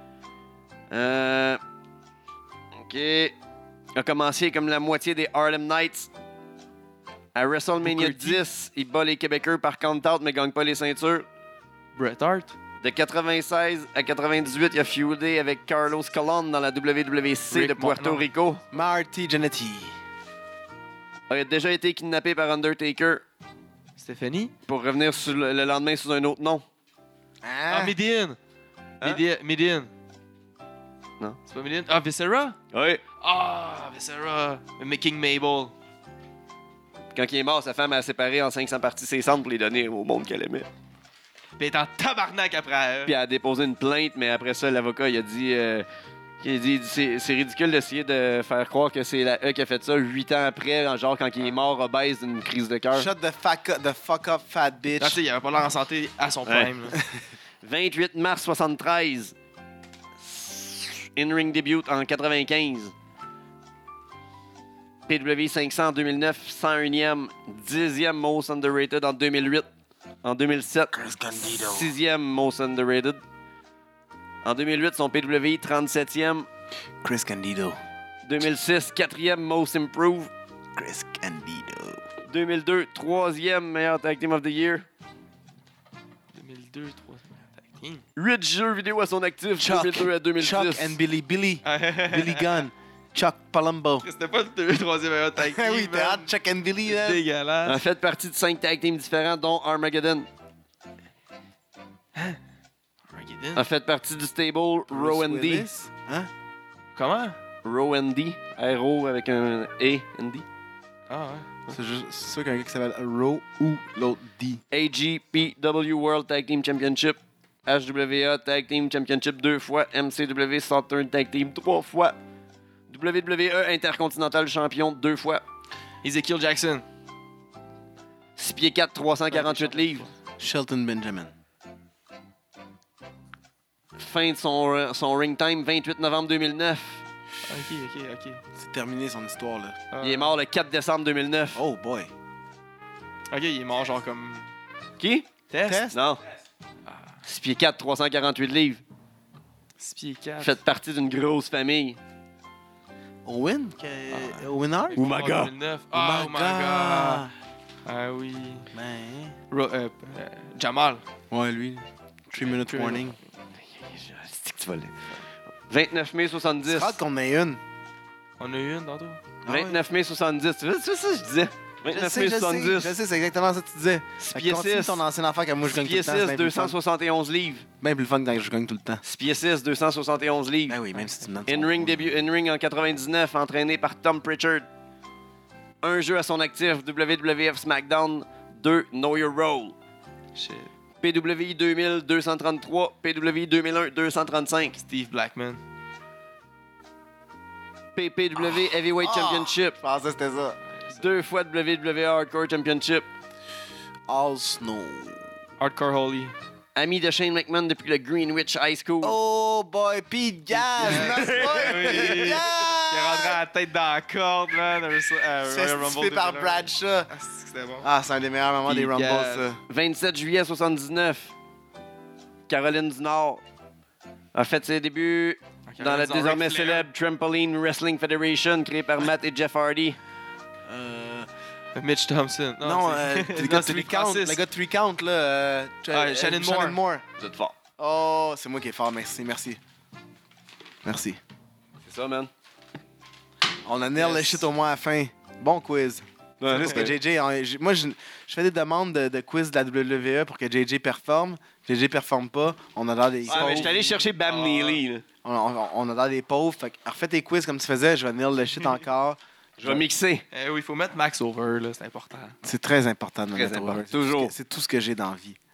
OK. A commencé comme la moitié des Harlem Knights. À WrestleMania Booker T. 10, il bat les Québécois par count-out, mais gagne pas les ceintures. Bret Hart. De 96 à 98, il a feudé avec Carlos Colon dans la WWC Rick de Puerto Martin. Rico. Marty Jannetty. Il a déjà été kidnappé par Undertaker Stephanie. pour revenir le lendemain sous un autre nom. Ah, Midian. Hein? Midian. Non. C'est pas Midian? Ah, Viscera. Oui. Ah, Viscera. King Mabel. Quand il est mort, sa femme a séparé en 500 parties ses cendres pour les donner au monde qu'elle aimait. Puis elle est en tabarnak après elle. Puis elle a déposé une plainte, mais après ça, l'avocat, il a dit... c'est ridicule d'essayer de faire croire que c'est la E qui a fait ça 8 ans après, genre quand il est mort obèse d'une crise de cœur. Shut the fuck up, fat bitch. Non, tu sais, il avait pas l'air en santé à son prime. là. 28 mars 73. In-ring debut en 95. PW 500 en 2009, 101e, 10e most underrated en 2008. En 2007, 6e most underrated. En 2008, son PW 37e. Chris Candido. 2006, 4e most improved. Chris Candido. 2002, 3e meilleur tag team of the year. 2002, 3 tag team. 8 jeux vidéo à son actif, Chuck. 2002 à 2010. Chuck and Billy. Billy Gunn. Chuck Palumbo. C'était pas le troisième meilleur tag team. Oui, t'es man. hâte, Chuck and Billy, là. Dégueulasse. En fait partie de 5 tag teams différents, dont Armageddon. Armageddon. A fait partie du stable Row and D. Willis. Hein? Comment? Row and D. R-O avec un E and D. Ah ouais. C'est sûr qu'un gars qui s'appelle Row ou l'autre D. AGPW World Tag Team Championship. HWA Tag Team Championship 2 fois. MCW Southern Tag Team 3 fois. WWE Intercontinental Champion 2 fois. Ezekiel Jackson. 6 pieds 4, 348 livres. Shelton Benjamin. Fin de son ring time, 28 novembre 2009. Ok. C'est terminé son histoire, là. Ah. Il est mort le 4 décembre 2009. Oh boy. Ok, il est mort genre comme. Qui? Test? Non. 6 pieds 4, 348 livres. 6 pieds 4. Fait partie d'une grosse famille. Owen? Owen Hart? Umaga. 2009. Ah, Umaga. Ah oui. Ben. Jamal. Ouais, lui. 3 minutes warning. C'est que tu vas le... 29 mai 70. C'est rare qu'on ait une. On a eu une tantôt. 29 mai 70. Tu vois ça, je disais? 29 mai 70. Je sais, c'est exactement ça que tu disais. 6 Fait pieds que continue 6. ton ancienne affaire que moi je gagne tout Pieds le temps. 6, C'est bien plus fun. 271 livres. Bien plus fun quand je gagne tout le temps. 6 pieds 6, 271 livres. Ben oui, même si tu me donnes son In-ring poids. début, in-ring en 99, entraîné par Tom Pritchard. Un jeu à son actif, WWF SmackDown 2, Know Your Role. Shit. PWI 2000, 233. PWI 2001, 235. Steve Blackman. PPW Heavyweight Championship. Je pensais que c'était ça. 2 fois WWE Hardcore Championship. All Snow. Hardcore Holly. Ami de Shane McMahon depuis le Greenwich High School. Oh boy, Pete Gas! Notre boy, Pete Il est rentré à la tête dans la corde, man. C'est fait par Bradshaw. Ah, c'était bon. Ah, c'est un des meilleurs moments des Pete Rumbles, Gas. ça. 27 juillet 79. Caroline du Nord a fait ses débuts dans la désormais célèbre Trampoline Wrestling Federation créée par Matt et Jeff Hardy. Mitch Thompson. Non, le gars de c'est 3 count, le gars de 3 count, là. Shannon Moore. Vous êtes fort. Oh, c'est moi qui est fort, merci. C'est ça, man. On a nail le shit au moins à la fin. Bon quiz. C'est juste que JJ, moi je fais des demandes de quiz de la WWE pour que JJ performe. JJ performe pas. On adore des Ah, mais je suis pauvres. allé chercher Bam Neely. là. On adore des pauvres. Fait que refais tes quiz comme tu faisais. Je vais nail le shit encore. Je vais mixer. Eh oui, il faut mettre Max over, là, c'est important. C'est très important de me Très mettre important. over. Toujours. C'est tout ce que j'ai dans la vie.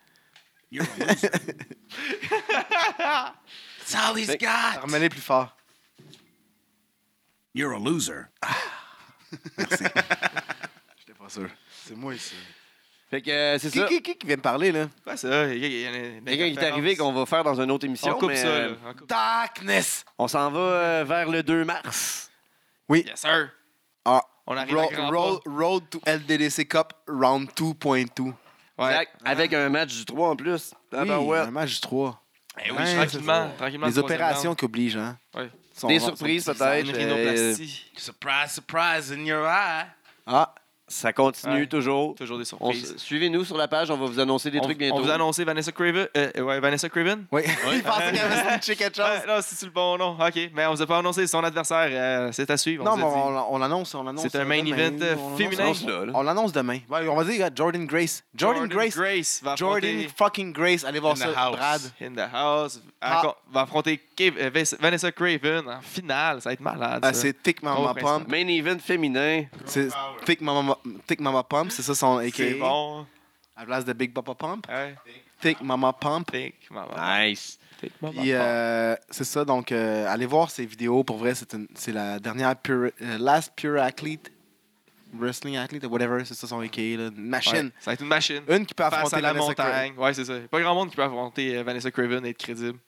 That's all he's got. Remets-les plus fort. You're a loser. Merci. J'étais pas sûr. C'est moi ici. Fait que c'est ça. Qui vient me parler, là? Quoi ça? Il y a Quelqu'un qui est arrivé qu'on va faire dans une autre émission. On coupe mais, ça, là. On coupe. Darkness! on s'en va vers le 2 mars. Oui. Yes, sir. Ah, On arrive à grands pas. Road to LDDC Cup Round 2.2. Ouais. Exact. Avec un match du 3 en plus. Ah, Oui, ben ouais. un match du 3. Eh oui, Ouais, tranquillement. Les opérations qui obligent, hein. Ouais. Des surprises, peut-être. Une rhinoplastie. Surprise, surprise in your eye. Ah, Ça continue Ouais. toujours. Toujours des surprises. Suivez-nous sur la page, on va vous annoncer des trucs bientôt. On vous a annoncé Vanessa Craven. Vanessa Craven? oui. Il pensait qu'il avait snitché quelque chose. Non, c'est le bon nom. OK. Mais on vous a pas annoncé son adversaire. C'est à suivre. Non, On mais vous a dit. on l'annonce. C'est un main demain. event On féminin. l'annonce. On l'annonce demain. Ouais, on va dire Jordan Grace. Jordan Grace va Jordan affronter fucking Grace. Allez voir In the ça, house. Brad. in the house. Ah. Va affronter Vanessa Craven en finale. Ça va être malade. Ah, ça. c'est Thick Mama Oh, Pump. Main event féminin. C'est Thick Mama Pump, c'est ça son C'est AKA. bon. À la place de Big Papa Pump. Ouais. Thick Mama Pump. Think, maman. Nice. Think, maman. Puis, c'est ça, donc allez voir ces vidéos. Pour vrai, c'est la dernière Last Pure Athlete, Wrestling Athlete, whatever, c'est ça son AKA. Là. Une machine. Ouais, ça va être une machine. Une qui peut Face affronter à la Vanessa Craven. montagne. Ouais, c'est ça. Pas grand monde qui peut affronter Vanessa Craven et être crédible.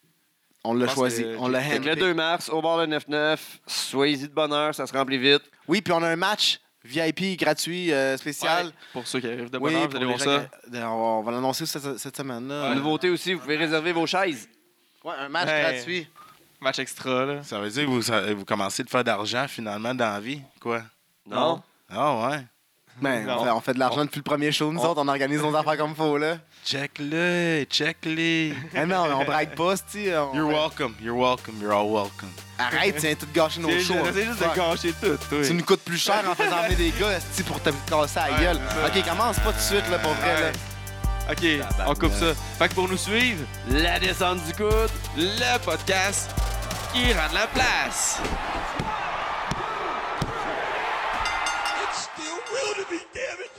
On l'a Je pense choisi. que- On l'a Fait que le handpicked. 2 mars, au bord le 9-9. Soyez-y de bonne heure, ça se remplit vite. Oui, puis on a un match VIP gratuit spécial. Ouais, pour ceux qui arrivent de Oui, bonne heure, vous pour allez les voir gens ça. on va l'annoncer cette semaine-là. Nouveauté aussi, vous pouvez réserver vos chaises. Ouais, un match Hey. gratuit. Match extra, là. Ça veut dire que vous commencez de faire d'argent finalement dans la vie, quoi? Non? Ah ouais. Ben, Non. on fait de l'argent depuis le premier show. Nous autres, on organise nos affaires comme faut, là. Check-le, check-le. Eh non, mais on brague pas, tu You're welcome, you're welcome, you're all welcome. Arrête, tu viens tout gâcher nos shows. C'est juste de Fuck. gâcher tout, toi. Tu nous coûtes plus cher en faisant venir des gars esti, pour te casser la gueule. Ok, commence pas tout de suite, là, pour vrai, là. OK, on coupe ça. Fait que pour nous suivre, La descente du coude. le podcast qui rend la place. It's still real to me, damn it!